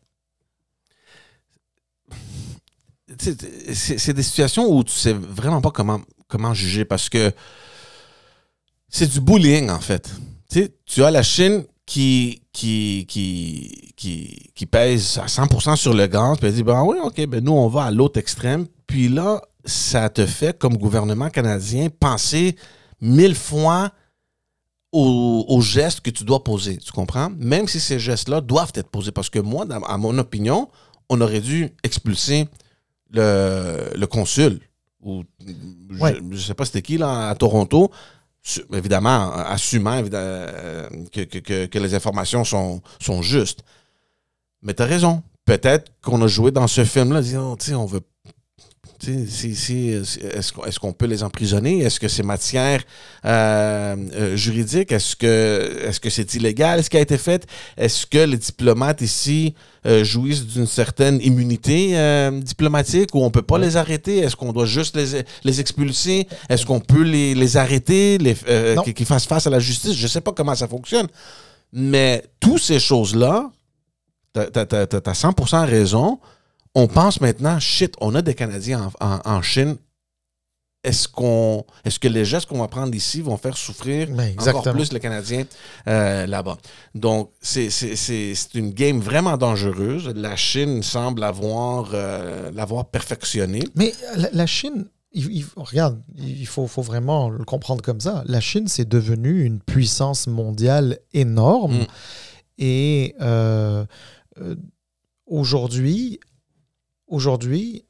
C'est, c'est, c'est des situations où tu sais vraiment pas comment, comment juger parce que c'est du bullying, en fait. Tu sais, tu as la Chine qui, qui, qui, qui, qui pèse à cent pour cent sur le gaz, puis elle dit, ben oui, OK, ben nous, on va à l'autre extrême. Puis là, ça te fait, comme gouvernement canadien, penser mille fois aux, aux gestes que tu dois poser. Tu comprends? Même si ces gestes-là doivent être posés. Parce que moi, dans, à mon opinion, on aurait dû expulser le, le consul. Ou, ouais. Je ne sais pas c'était qui, là, à Toronto. Évidemment, assumant évidemment, que, que, que les informations sont, sont justes. Mais tu as raison. Peut-être qu'on a joué dans ce film-là, disant, tu sais, on veut. C'est, c'est, c'est, est-ce, est-ce qu'on peut les emprisonner? Est-ce que c'est matière euh, euh, juridique? Est-ce que, est-ce que c'est illégal ce qui a été fait? Est-ce que les diplomates ici euh, jouissent d'une certaine immunité euh, diplomatique où on ne peut pas les arrêter? Est-ce qu'on doit juste les, les expulser? Est-ce qu'on peut les, les arrêter, les, euh, qu'ils fassent face à la justice? Je ne sais pas comment ça fonctionne. Mais toutes ces choses-là, tu as cent pour cent raison. On pense maintenant, shit, on a des Canadiens en, en, en Chine. Est-ce, qu'on, est-ce que les gestes qu'on va prendre ici vont faire souffrir encore plus les Canadiens euh, là-bas? Donc, c'est, c'est, c'est, c'est une game vraiment dangereuse. La Chine semble avoir, euh, l'avoir perfectionnée. Mais la, la Chine, il, il, regarde, il faut, faut vraiment le comprendre comme ça. La Chine, c'est devenu une puissance mondiale énorme. Mm. Et euh, euh, aujourd'hui... aujourd'hui,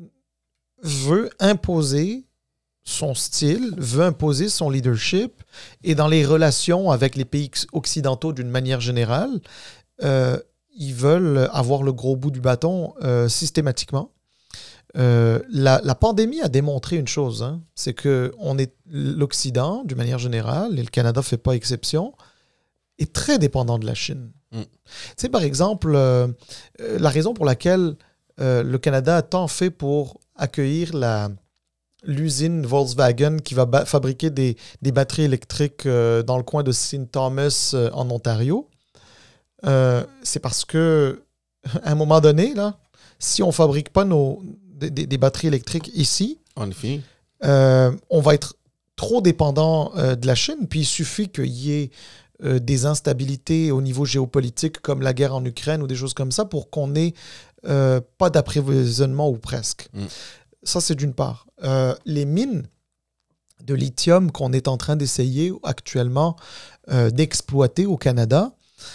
veut imposer son style, veut imposer son leadership, et dans les relations avec les pays occidentaux d'une manière générale, euh, ils veulent avoir le gros bout du bâton euh, systématiquement. Euh, la, la pandémie a démontré une chose, hein, c'est que on est, l'Occident, d'une manière générale, et le Canada ne fait pas exception, est très dépendant de la Chine. Mm. Tu sais, par exemple, euh, la raison pour laquelle Euh, le Canada a tant fait pour accueillir la, l'usine Volkswagen qui va ba- fabriquer des, des batteries électriques euh, dans le coin de Saint Thomas euh, en Ontario. Euh, c'est parce que, à un moment donné, là, si on ne fabrique pas nos, des, des, des batteries électriques ici, on, euh, on va être trop dépendant euh, de la Chine. Puis il suffit qu'il y ait euh, des instabilités au niveau géopolitique comme la guerre en Ukraine ou des choses comme ça pour qu'on ait Euh, pas d'approvisionnement ou presque. Mm. Ça, c'est d'une part. Euh, les mines de lithium qu'on est en train d'essayer actuellement euh, d'exploiter au Canada,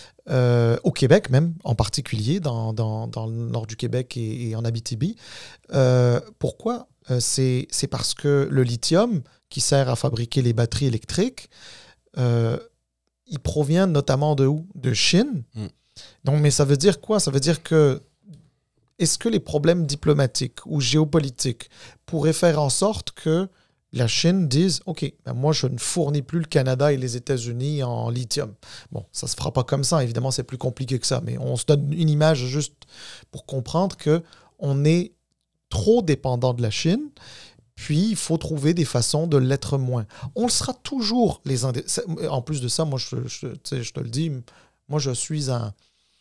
euh, au Québec même, en particulier, dans, dans, dans le nord du Québec et, et en Abitibi. Euh, pourquoi? Euh, c'est, c'est parce que le lithium, qui sert à fabriquer les batteries électriques, euh, il provient notamment de où? De Chine. Mm. Donc, mais ça veut dire quoi? Ça veut dire que est-ce que les problèmes diplomatiques ou géopolitiques pourraient faire en sorte que la Chine dise « OK, ben moi, je ne fournis plus le Canada et les États-Unis en lithium. » Bon, ça ne se fera pas comme ça. Évidemment, c'est plus compliqué que ça. Mais on se donne une image juste pour comprendre qu'on est trop dépendant de la Chine. Puis, il faut trouver des façons de l'être moins. On le sera toujours les uns des... En plus de ça, moi, je, je, je te le dis, moi, je suis un...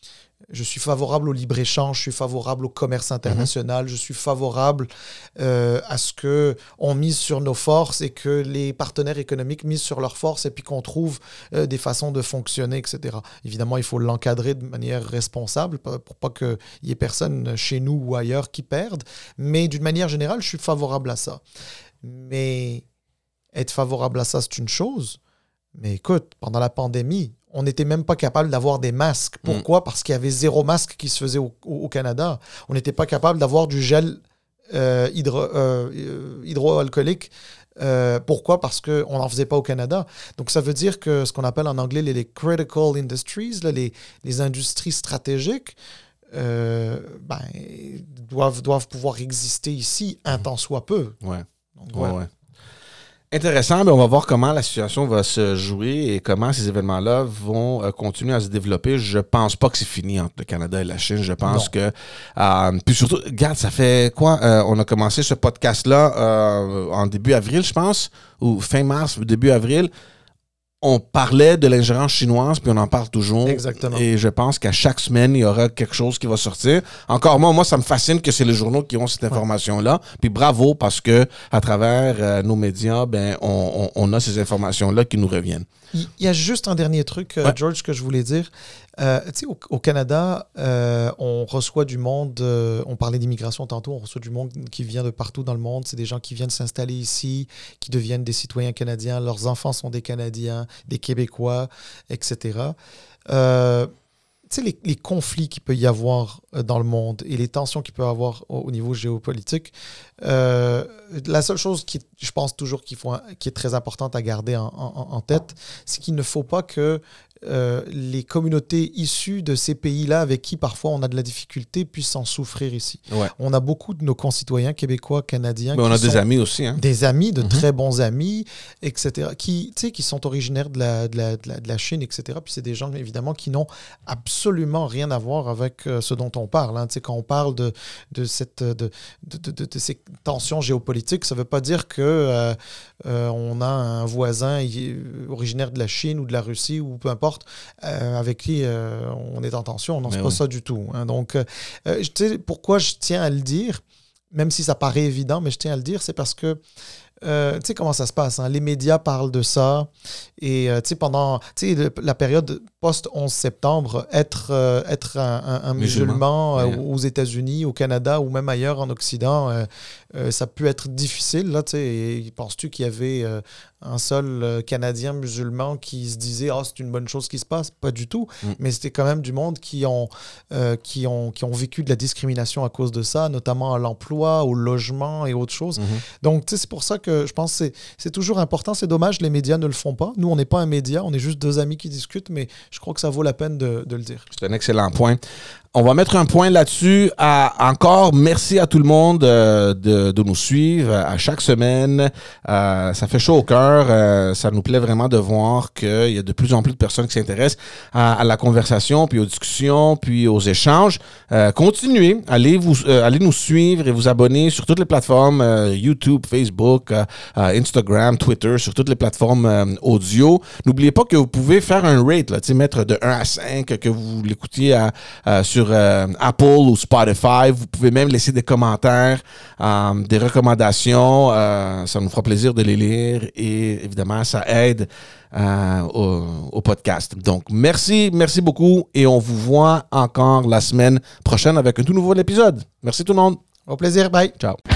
Je suis favorable au libre-échange, je suis favorable au commerce international, mmh. je suis favorable euh, à ce qu'on mise sur nos forces et que les partenaires économiques misent sur leurs forces et puis qu'on trouve euh, des façons de fonctionner, et cetera. Évidemment, il faut l'encadrer de manière responsable pour pas qu'il y ait personne chez nous ou ailleurs qui perde, mais d'une manière générale, je suis favorable à ça. Mais être favorable à ça, c'est une chose. Mais écoute, pendant la pandémie, on n'était même pas capable d'avoir des masques. Pourquoi? Mm. Parce qu'il y avait zéro masque qui se faisait au, au, au Canada. On n'était pas capable d'avoir du gel euh, hydro, euh, hydroalcoolique. Euh, pourquoi? Parce qu'on n'en faisait pas au Canada. Donc, ça veut dire que ce qu'on appelle en anglais les, les critical industries, là, les, les industries stratégiques, euh, ben, doivent, doivent pouvoir exister ici, un temps soit peu. Ouais. Donc, ouais, ouais. Intéressant, mais on va voir comment la situation va se jouer et comment ces événements-là vont euh, continuer à se développer. Je pense pas que c'est fini entre le Canada et la Chine. Je pense non. que... Euh, puis surtout, regarde, ça fait quoi? Euh, on a commencé ce podcast-là euh, en début avril, je pense, ou fin mars, début avril. On parlait de l'ingérence chinoise, puis on en parle toujours. Exactement. Et je pense qu'à chaque semaine, il y aura quelque chose qui va sortir. Encore moi, moi, ça me fascine que c'est les journaux qui ont cette information-là. Ouais. Puis bravo, parce que à travers euh, nos médias, ben, on, on, on a ces informations-là qui nous reviennent. Il y a juste un dernier truc, euh, ouais. George, que je voulais dire. Euh, tu sais, au, au Canada, euh, on reçoit du monde, euh, on parlait d'immigration tantôt, on reçoit du monde qui vient de partout dans le monde. C'est des gens qui viennent s'installer ici, qui deviennent des citoyens canadiens. Leurs enfants sont des Canadiens, des Québécois, et cetera. Euh, tu sais, les, les conflits qu'il peut y avoir dans le monde et les tensions qu'il peut y avoir au, au niveau géopolitique, euh, la seule chose qui, je pense toujours qu'il faut, qui est très importante à garder en, en, en tête, c'est qu'il ne faut pas que Euh, les communautés issues de ces pays-là avec qui parfois on a de la difficulté puissent en souffrir ici. Ouais. On a beaucoup de nos concitoyens québécois, canadiens. Mais on a des amis aussi. Hein? Des amis, de mm-hmm. très bons amis, et cetera, qui, qui sont originaires de la, de, la, de, la, de la Chine, et cetera. Puis c'est des gens, évidemment, qui n'ont absolument rien à voir avec euh, ce dont on parle. Hein. Quand on parle de, de, cette, de, de, de, de, de ces tensions géopolitiques, ça ne veut pas dire qu'on euh, euh, a un voisin originaire de la Chine ou de la Russie ou peu importe, Euh, avec qui euh, on est en tension. Non, c'est Mais pas oui. ça du tout. Hein. Donc, euh, tu sais, pourquoi je tiens à le dire, même si ça paraît évident, mais je tiens à le dire, c'est parce que Euh, tu sais comment ça se passe, hein? Les médias parlent de ça et euh, tu sais pendant la période post-onze septembre, être, euh, être un, un, un musulman, musulman euh, aux États-Unis, au Canada ou même ailleurs en Occident, euh, euh, ça peut être difficile. Là, penses-tu qu'il y avait euh, un seul euh, Canadien musulman qui se disait « Ah, oh, c'est une bonne chose qui se passe ?» Pas du tout. Mm. Mais c'était quand même du monde qui ont, euh, qui, ont, qui ont vécu de la discrimination à cause de ça, notamment à l'emploi, au logement et autres choses. Mm-hmm. Donc, c'est pour ça que je pense que c'est, c'est toujours important. C'est dommage, les médias ne le font pas. Nous, on n'est pas un média, on est juste deux amis qui discutent, mais je crois que ça vaut la peine de, de le dire. C'est un excellent point. On va mettre un point là-dessus. À, encore, merci à tout le monde euh, de, de nous suivre à chaque semaine. Euh, ça fait chaud au cœur. Euh, ça nous plaît vraiment de voir qu'il y a de plus en plus de personnes qui s'intéressent à, à la conversation, puis aux discussions, puis aux échanges. Euh, continuez, allez, vous, euh, allez nous suivre et vous abonner sur toutes les plateformes, euh, YouTube, Facebook, euh, euh, Instagram, Twitter, sur toutes les plateformes euh, audio. N'oubliez pas que vous pouvez faire un rate, là, mettre de un à cinq, que vous l'écoutiez à, à, sur Sur euh, Apple ou Spotify. Vous pouvez même laisser des commentaires, euh, des recommandations. Euh, ça nous fera plaisir de les lire et évidemment, ça aide euh, au, au podcast. Donc, merci, merci beaucoup et on vous voit encore la semaine prochaine avec un tout nouveau épisode. Merci tout le monde. Au plaisir. Bye. Ciao.